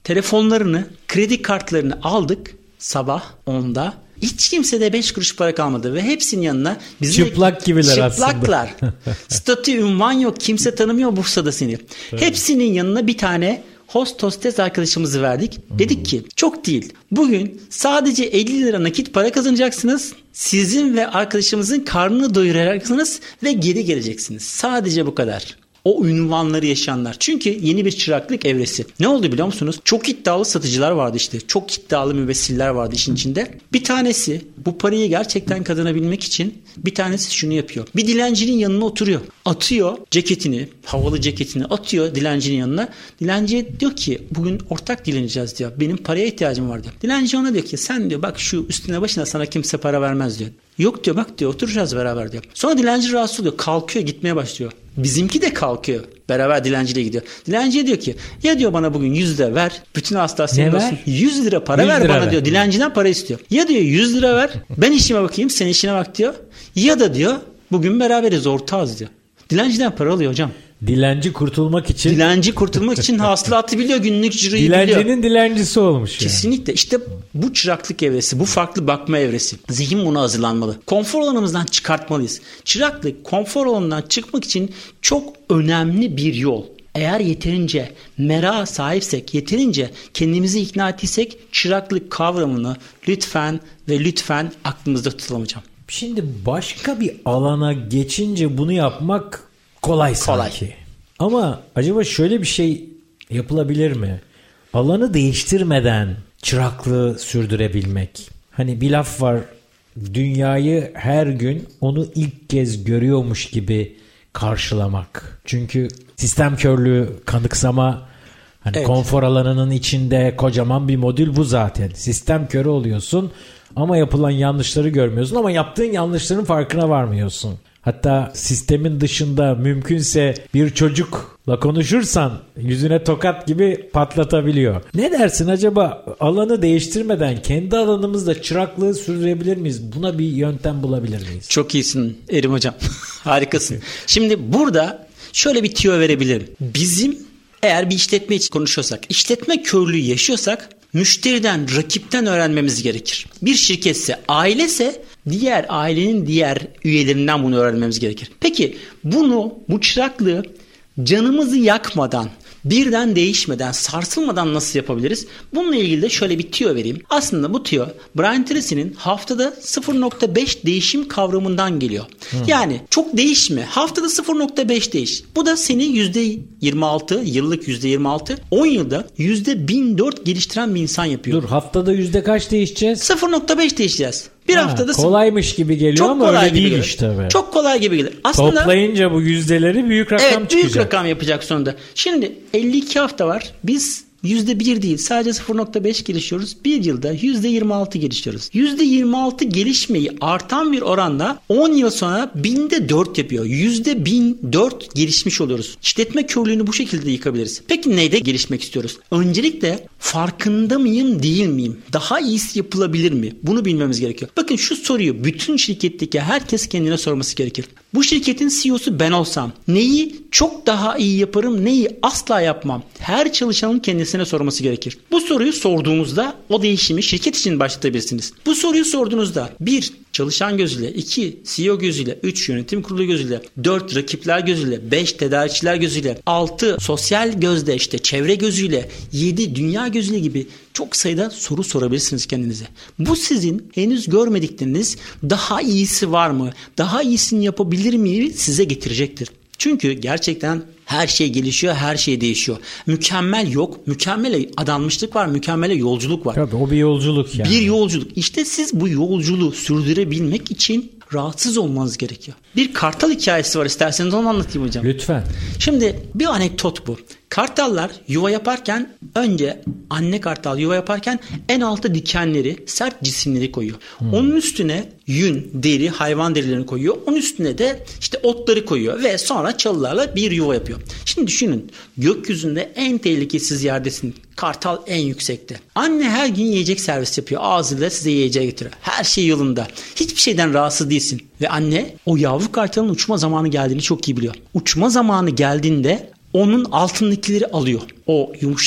telefonlarını, kredi kartlarını aldık sabah onda. Hiç kimse de beş kuruş para kalmadı ve hepsinin yanına bizim çıplak gibiler çıplaklar. aslında. Statü, ünvan yok. Kimse tanımıyor Bursa'da seni. Evet. Hepsinin yanına bir tane host hostes arkadaşımızı verdik. Hmm. Dedik ki çok değil. Bugün sadece elli lira nakit para kazanacaksınız. Sizin ve arkadaşımızın karnını doyuracaksınız ve geri geleceksiniz. Sadece bu kadar. O ünvanları yaşayanlar. Çünkü yeni bir çıraklık evresi. Ne oldu biliyor musunuz? Çok iddialı satıcılar vardı işte. Çok iddialı müvessiller vardı işin içinde. Bir tanesi bu parayı gerçekten kazanabilmek için bir tanesi şunu yapıyor. Bir dilencinin yanına oturuyor. Atıyor ceketini, havalı ceketini atıyor dilencinin yanına. Dilenciye diyor ki bugün ortak dileneceğiz diyor. Benim paraya ihtiyacım var diyor. Dilenci ona diyor ki sen diyor bak şu üstüne başına sana kimse para vermez diyor. Yok diyor bak diyor oturacağız beraber diyor. Sonra dilenci rahatsız oluyor. Kalkıyor gitmeye başlıyor. Bizimki de kalkıyor. Beraber dilenciyle gidiyor. Dilenciye diyor ki ya diyor bana bugün yüz lira ver. Bütün hasta senin olsun. yüz lira para yüz ver lira bana ver. Diyor. Dilenciden para istiyor. Ya diyor yüz lira ver. Ben işime bakayım sen işine bak diyor. Ya da diyor bugün beraberiz ortağız diyor. Dilenciden para alıyor hocam. Dilenci kurtulmak için. Dilenci kurtulmak için hasılatı biliyor. Günlük ciroyu biliyor. Dilencinin dilencisi olmuş. Kesinlikle. Yani. İşte bu çıraklık evresi. Bu farklı bakma evresi. Zihin buna hazırlanmalı. Konfor alanımızdan çıkartmalıyız. Çıraklık konfor alanından çıkmak için çok önemli bir yol. Eğer yeterince merak sahipsek, yeterince kendimizi ikna ettiysek çıraklık kavramını lütfen ve lütfen aklımızda tutalım hocam. Şimdi başka bir alana geçince bunu yapmak kolay sanki. Kolay. Ama acaba şöyle bir şey yapılabilir mi? Alanı değiştirmeden çıraklığı sürdürebilmek. Hani bir laf var. Dünyayı her gün onu ilk kez görüyormuş gibi karşılamak. Çünkü sistem körlüğü, kanıksama, hani evet. Konfor alanının içinde kocaman bir modül bu zaten. Sistem körü oluyorsun ama yapılan yanlışları görmüyorsun ama yaptığın yanlışların farkına varmıyorsun. Hatta sistemin dışında mümkünse bir çocukla konuşursan yüzüne tokat gibi patlatabiliyor. Ne dersin acaba alanı değiştirmeden kendi alanımızda çıraklığı sürdürebilir miyiz? Buna bir yöntem bulabilir miyiz? Çok iyisin Erim hocam. Harikasın. Şimdi burada şöyle bir tüyo verebilirim. Bizim eğer bir işletme için konuşuyorsak, işletme körlüğü yaşıyorsak müşteriden, rakipten öğrenmemiz gerekir. Bir şirketse, ailese diğer ailenin diğer üyelerinden bunu öğrenmemiz gerekir. Peki bunu, bu çıraklığı canımızı yakmadan, birden değişmeden, sarsılmadan nasıl yapabiliriz? Bununla ilgili de şöyle bir tüyo vereyim. Aslında bu tüyo Brian Tracy'nin haftada sıfır nokta beş değişim kavramından geliyor. Hmm. Yani çok değişme. Haftada sıfır nokta beş değiş. Bu da seni yüzde yirmi altı, yıllık yüzde yirmi altı, on yılda yüzde bin dört geliştiren bir insan yapıyor. Dur haftada yüzde kaç değişeceğiz? sıfır nokta beş değişeceğiz. Bir ha, haftada kolaymış gibi geliyor çok ama öyle değil işte be. Çok kolay gibi gelir. Aslında toplayınca bu yüzdeleri büyük rakam evet, çıkacak. Evet büyük rakam yapacak sonunda. Şimdi elli iki hafta var. Biz yüzde bir değil sadece sıfır nokta beş gelişiyoruz. Bir yılda yüzde yirmi altı gelişiyoruz. yüzde yirmi altı gelişmeyi artan bir oranda on yıl sonra binde dört yapıyor. yüzde bin dört gelişmiş oluyoruz. İşletme körlüğünü bu şekilde yıkabiliriz. Peki neyde gelişmek istiyoruz? Öncelikle farkında mıyım değil miyim? Daha iyisi yapılabilir mi? Bunu bilmemiz gerekiyor. Bakın şu soruyu bütün şirketteki herkes kendine sorması gerekir. Bu şirketin C E O'su ben olsam neyi çok daha iyi yaparım, neyi asla yapmam? Her çalışanın kendisine sorması gerekir. Bu soruyu sorduğunuzda o değişimi şirket için başlatabilirsiniz. Bu soruyu sorduğunuzda bir çalışan gözüyle, iki C E O gözüyle, üç yönetim kurulu gözüyle, dört rakipler gözüyle, beş tedarikçiler gözüyle, altı sosyal gözle işte çevre gözüyle, yedi dünya gözüyle gibi çok sayıda soru sorabilirsiniz kendinize. Bu sizin henüz görmedikleriniz daha iyisi var mı? Daha iyisini yapabilir miyim size getirecektir. Çünkü gerçekten her şey gelişiyor, her şey değişiyor. Mükemmel yok, mükemmele adanmışlık var, mükemmele yolculuk var. Tabii o bir yolculuk yani. Bir yolculuk. İşte siz bu yolculuğu sürdürebilmek için rahatsız olmanız gerekiyor. Bir kartal hikayesi var, isterseniz onu anlatayım hocam. Lütfen. Şimdi bir anekdot bu. Kartallar yuva yaparken önce anne kartal yuva yaparken en alta dikenleri, sert cisimleri koyuyor. Hmm. Onun üstüne yün, deri, hayvan derilerini koyuyor. Onun üstüne de işte otları koyuyor ve sonra çalılarla bir yuva yapıyor. Şimdi düşünün, gökyüzünde en tehlikesiz yerdesin. Kartal en yüksekte. Anne her gün yiyecek servis yapıyor. Ağzıyla size yiyeceği getiriyor. Her şey yolunda. Hiçbir şeyden rahatsız değilsin. Ve anne o yavru kartalın uçma zamanı geldiğini çok iyi biliyor. Uçma zamanı geldiğinde onun altındakileri alıyor. O yumuşak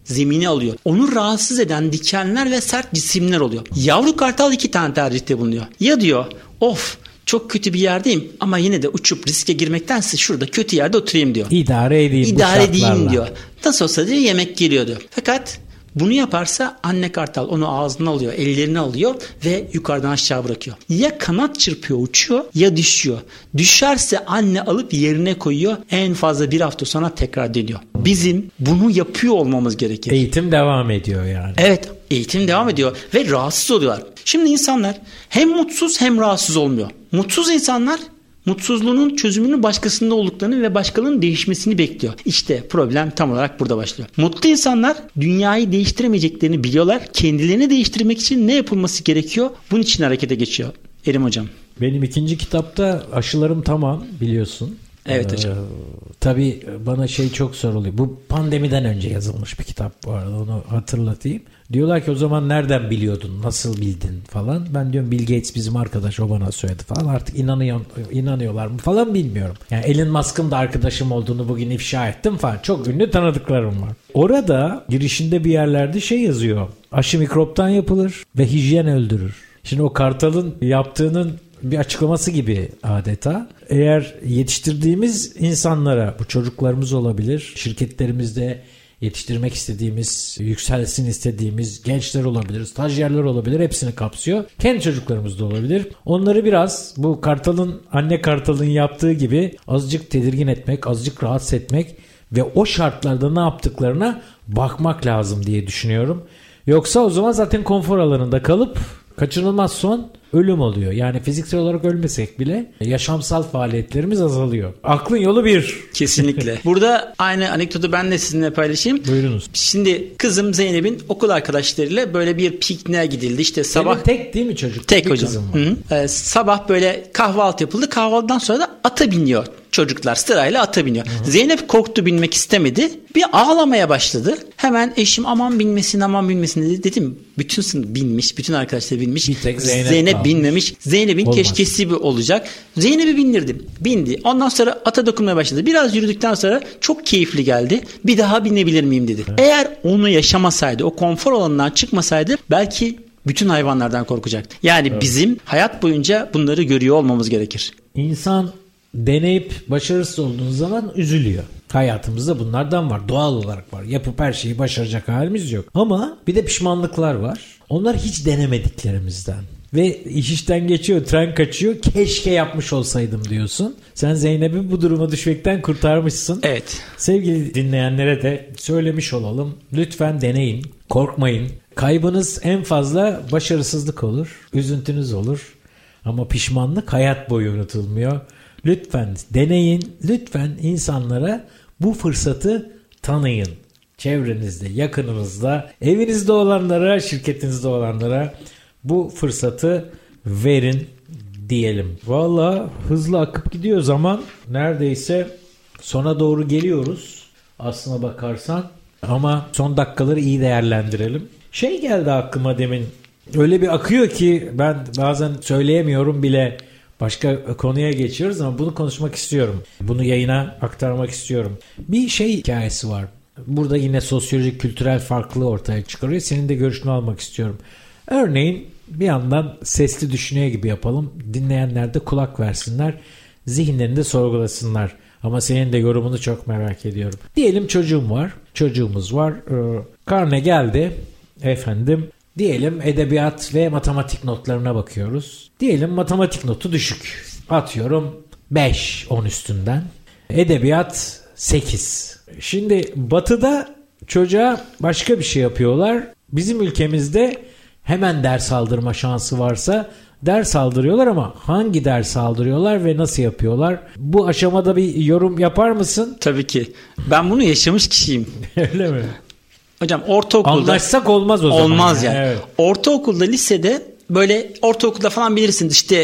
zemini alıyor. Onu rahatsız eden dikenler ve sert cisimler oluyor. Yavru kartal iki tane tercihte bulunuyor. Ya diyor of çok kötü bir yerdeyim ama yine de uçup riske girmektense şurada kötü yerde oturayım diyor. İdare edeyim İdare edeyim diyor. Nasıl olsa diyor yemek geliyor diyor. Fakat bunu yaparsa anne kartal onu ağzına alıyor, ellerini alıyor ve yukarıdan aşağı bırakıyor. Ya kanat çırpıyor, uçuyor ya düşüyor. Düşerse anne alıp yerine koyuyor. En fazla bir hafta sonra tekrar deniyor. Bizim bunu yapıyor olmamız gerekir. Eğitim devam ediyor yani. Evet, eğitim devam ediyor ve rahatsız oluyorlar. Şimdi insanlar hem mutsuz hem rahatsız olmuyor. Mutsuz insanlar mutsuzluğunun çözümünün başkasında olduklarını ve başkalarının değişmesini bekliyor. İşte problem tam olarak burada başlıyor. Mutlu insanlar dünyayı değiştiremeyeceklerini biliyorlar. Kendilerini değiştirmek için ne yapılması gerekiyor? Bunun için harekete geçiyor. Erim hocam. Benim ikinci kitapta aşılarım tamam biliyorsun. Evet hocam. Ee, tabii bana şey çok soruluyor. Bu pandemiden önce yazılmış bir kitap bu arada, onu hatırlatayım. Diyorlar ki o zaman nereden biliyordun, nasıl bildin falan. Ben diyorum Bill Gates bizim arkadaş, o bana söyledi falan. Artık inanıyor, inanıyorlar mı falan bilmiyorum. Yani Elon Musk'ın da arkadaşım olduğunu bugün ifşa ettim falan. Çok ünlü tanıdıklarım var. Orada girişinde bir yerlerde şey yazıyor. Aşı mikroptan yapılır ve hijyen öldürür. Şimdi o kartalın yaptığının bir açıklaması gibi adeta. Eğer yetiştirdiğimiz insanlara, bu çocuklarımız olabilir, şirketlerimizde yetiştirmek istediğimiz, yükselsin istediğimiz gençler olabilir, stajyerler olabilir, hepsini kapsıyor. Kendi çocuklarımız da olabilir. Onları biraz bu kartalın, anne kartalın yaptığı gibi azıcık tedirgin etmek, azıcık rahatsız etmek ve o şartlarda ne yaptıklarına bakmak lazım diye düşünüyorum. Yoksa o zaman zaten konfor alanında kalıp kaçınılmaz son ölüm oluyor. Yani fiziksel olarak ölmesek bile yaşamsal faaliyetlerimiz azalıyor. Aklın yolu bir. Kesinlikle. Burada aynı anekdotu ben de sizinle paylaşayım. Buyurunuz. Şimdi kızım Zeynep'in okul arkadaşlarıyla böyle bir pikniğe gidildi. İşte sabah. Senin tek değil mi çocuk? Tek bir hocam. Ee, sabah böyle kahvaltı yapıldı. Kahvaltıdan sonra da ata biniyor. Çocuklar sırayla ata biniyor. Hı-hı. Zeynep korktu, binmek istemedi. Bir ağlamaya başladı. Hemen eşim aman binmesin aman binmesin dedi. Dedim bütün sınıf binmiş. Bütün arkadaşlar binmiş. Bir tek Zeynep, Zeynep binmemiş. Zeynep'in Olmaz. keşkesi bir olacak. Zeynep'i bindirdim. Bindi. Ondan sonra ata dokunmaya başladı. Biraz yürüdükten sonra çok keyifli geldi. Bir daha binebilir miyim dedi. Evet. Eğer onu yaşamasaydı, o konfor alanından çıkmasaydı belki bütün hayvanlardan korkacaktı. Yani evet. Bizim hayat boyunca bunları görüyor olmamız gerekir. İnsan deneyip başarısız olduğu zaman üzülüyor. Hayatımızda bunlardan var. Doğal olarak var. Yapıp her şeyi başaracak halimiz yok. Ama bir de pişmanlıklar var. Onlar hiç denemediklerimizden. Ve iş işten geçiyor, tren kaçıyor. Keşke yapmış olsaydım diyorsun. Sen Zeynep'i bu duruma düşmekten kurtarmışsın. Evet. Sevgili dinleyenlere de söylemiş olalım. Lütfen deneyin. Korkmayın. Kaybınız en fazla başarısızlık olur. Üzüntünüz olur. Ama pişmanlık hayat boyu unutulmuyor. Lütfen deneyin. Lütfen insanlara bu fırsatı tanıyın. Çevrenizde, yakınınızda, evinizde olanlara, şirketinizde olanlara bu fırsatı verin diyelim. Valla hızlı akıp gidiyor zaman. Neredeyse sona doğru geliyoruz aslına bakarsan. Ama son dakikaları iyi değerlendirelim. Şey geldi aklıma demin. Öyle bir akıyor ki ben bazen söyleyemiyorum bile. Başka konuya geçiyoruz ama bunu konuşmak istiyorum. Bunu yayına aktarmak istiyorum. Bir şey hikayesi var. Burada yine sosyolojik, kültürel farklılığı ortaya çıkarıyor. Senin de görüşünü almak istiyorum. Örneğin bir yandan sesli düşünüyor gibi yapalım. Dinleyenler de kulak versinler. Zihinlerinde sorgulasınlar. Ama senin de yorumunu çok merak ediyorum. Diyelim çocuğum var. Çocuğumuz var. Ee, karne geldi. Efendim. Diyelim edebiyat ve matematik notlarına bakıyoruz. Diyelim matematik notu düşük. Atıyorum beş on üstünden. Edebiyat sekiz. Şimdi batıda çocuğa başka bir şey yapıyorlar. Bizim ülkemizde hemen ders aldırma şansı varsa ders aldırıyorlar ama hangi ders aldırıyorlar ve nasıl yapıyorlar? Bu aşamada bir yorum yapar mısın? Tabii ki. Ben bunu yaşamış kişiyim. Öyle mi? Hocam ortaokulda... Anlaşsak olmaz o zaman. Olmaz yani. yani. Evet. Ortaokulda, lisede böyle ortaokulda falan bilirsin işte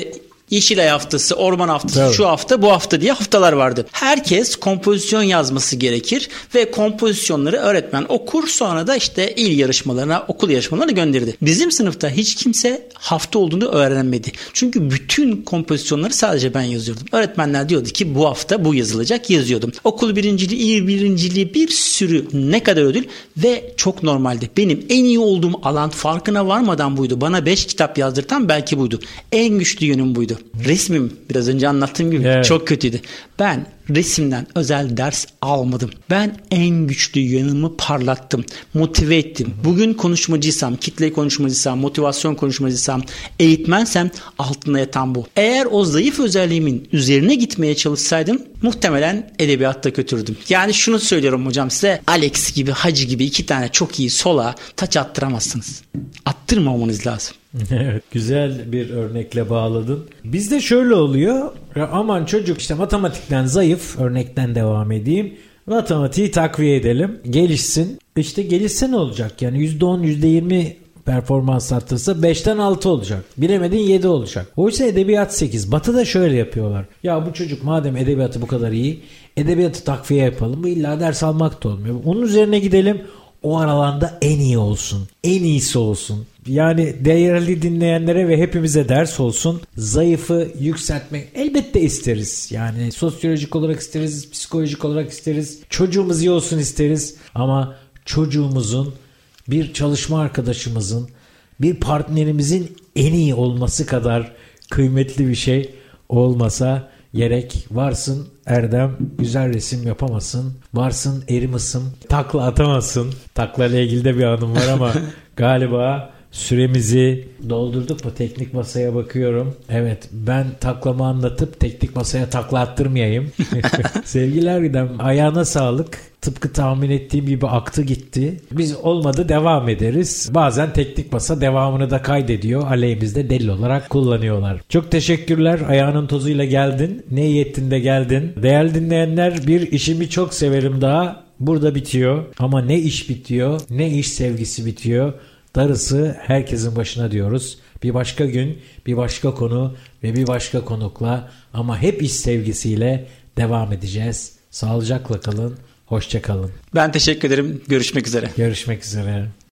Yeşilay haftası, orman haftası, Tabii. şu hafta, bu hafta diye haftalar vardı. Herkes kompozisyon yazması gerekir ve kompozisyonları öğretmen okur, sonra da işte il yarışmalarına, okul yarışmalarına gönderirdi. Bizim sınıfta hiç kimse hafta olduğunu öğrenemedi. Çünkü bütün kompozisyonları sadece ben yazıyordum. Öğretmenler diyordu ki bu hafta bu yazılacak, yazıyordum. Okul birinciliği, il birinciliği, bir sürü ne kadar ödül ve çok normaldi. Benim en iyi olduğum alan farkına varmadan buydu. Bana beş kitap yazdırtan belki buydu. En güçlü yönüm buydu. Resmim biraz önce anlattığım gibi evet. çok kötüydü. Ben resimden özel ders almadım. Ben en güçlü yönümü parlattım. Motive ettim. Bugün konuşmacıysam, kitle konuşmacıysam, motivasyon konuşmacıysam, eğitmensem altında yatan bu. Eğer o zayıf özelliğimin üzerine gitmeye çalışsaydım muhtemelen edebiyatta kötürdüm. Yani şunu söylüyorum hocam size, Alex gibi, Hacı gibi iki tane çok iyi sola taç attıramazsınız. Attırmamanız lazım. Evet, güzel bir örnekle bağladın. Bizde şöyle oluyor. Ya aman çocuk işte matematikten zayıf, örnekten devam edeyim. Matematiği takviye edelim, gelişsin. İşte gelişse ne olacak? Yani yüzde on, yüzde yirmi performans arttırsa beşten altı olacak. Bilemedin yedi olacak. Oysa edebiyat sekiz. Batı'da şöyle yapıyorlar. Ya bu çocuk madem edebiyatı bu kadar iyi, edebiyatı takviye yapalım. Bu illa ders almak da olmuyor. Onun üzerine gidelim. O alanda en iyi olsun. En iyisi olsun. Yani değerli dinleyenlere ve hepimize ders olsun. Zayıfı yükseltmek elbette isteriz. Yani sosyolojik olarak isteriz, psikolojik olarak isteriz. Çocuğumuz iyi olsun isteriz. Ama çocuğumuzun, bir çalışma arkadaşımızın, bir partnerimizin en iyi olması kadar kıymetli bir şey olmasa gerek. Varsın Erdem güzel resim yapamasın. Varsın Erimas'ım takla atamasın. Takla ile ilgili de bir anım var ama galiba süremizi doldurduk mu? Teknik masaya bakıyorum. Evet, ben taklamı anlatıp teknik masaya takla attırmayayım. Sevgili Erdem, ayağına sağlık. Tıpkı tahmin ettiğim gibi aktı gitti. Biz olmadı devam ederiz. Bazen teknik masa devamını da kaydediyor. Aleyhimizde delil olarak kullanıyorlar. Çok teşekkürler. Ayağının tozuyla geldin. Ne iyi ettin de geldin. Değerli dinleyenler, bir işimi çok severim daha burada bitiyor. Ama ne iş bitiyor, ne iş sevgisi bitiyor. Darısı herkesin başına diyoruz. Bir başka gün, bir başka konu ve bir başka konukla ama hep iş sevgisiyle devam edeceğiz. Sağlıcakla kalın, hoşça kalın. Ben teşekkür ederim. Görüşmek üzere. Görüşmek üzere.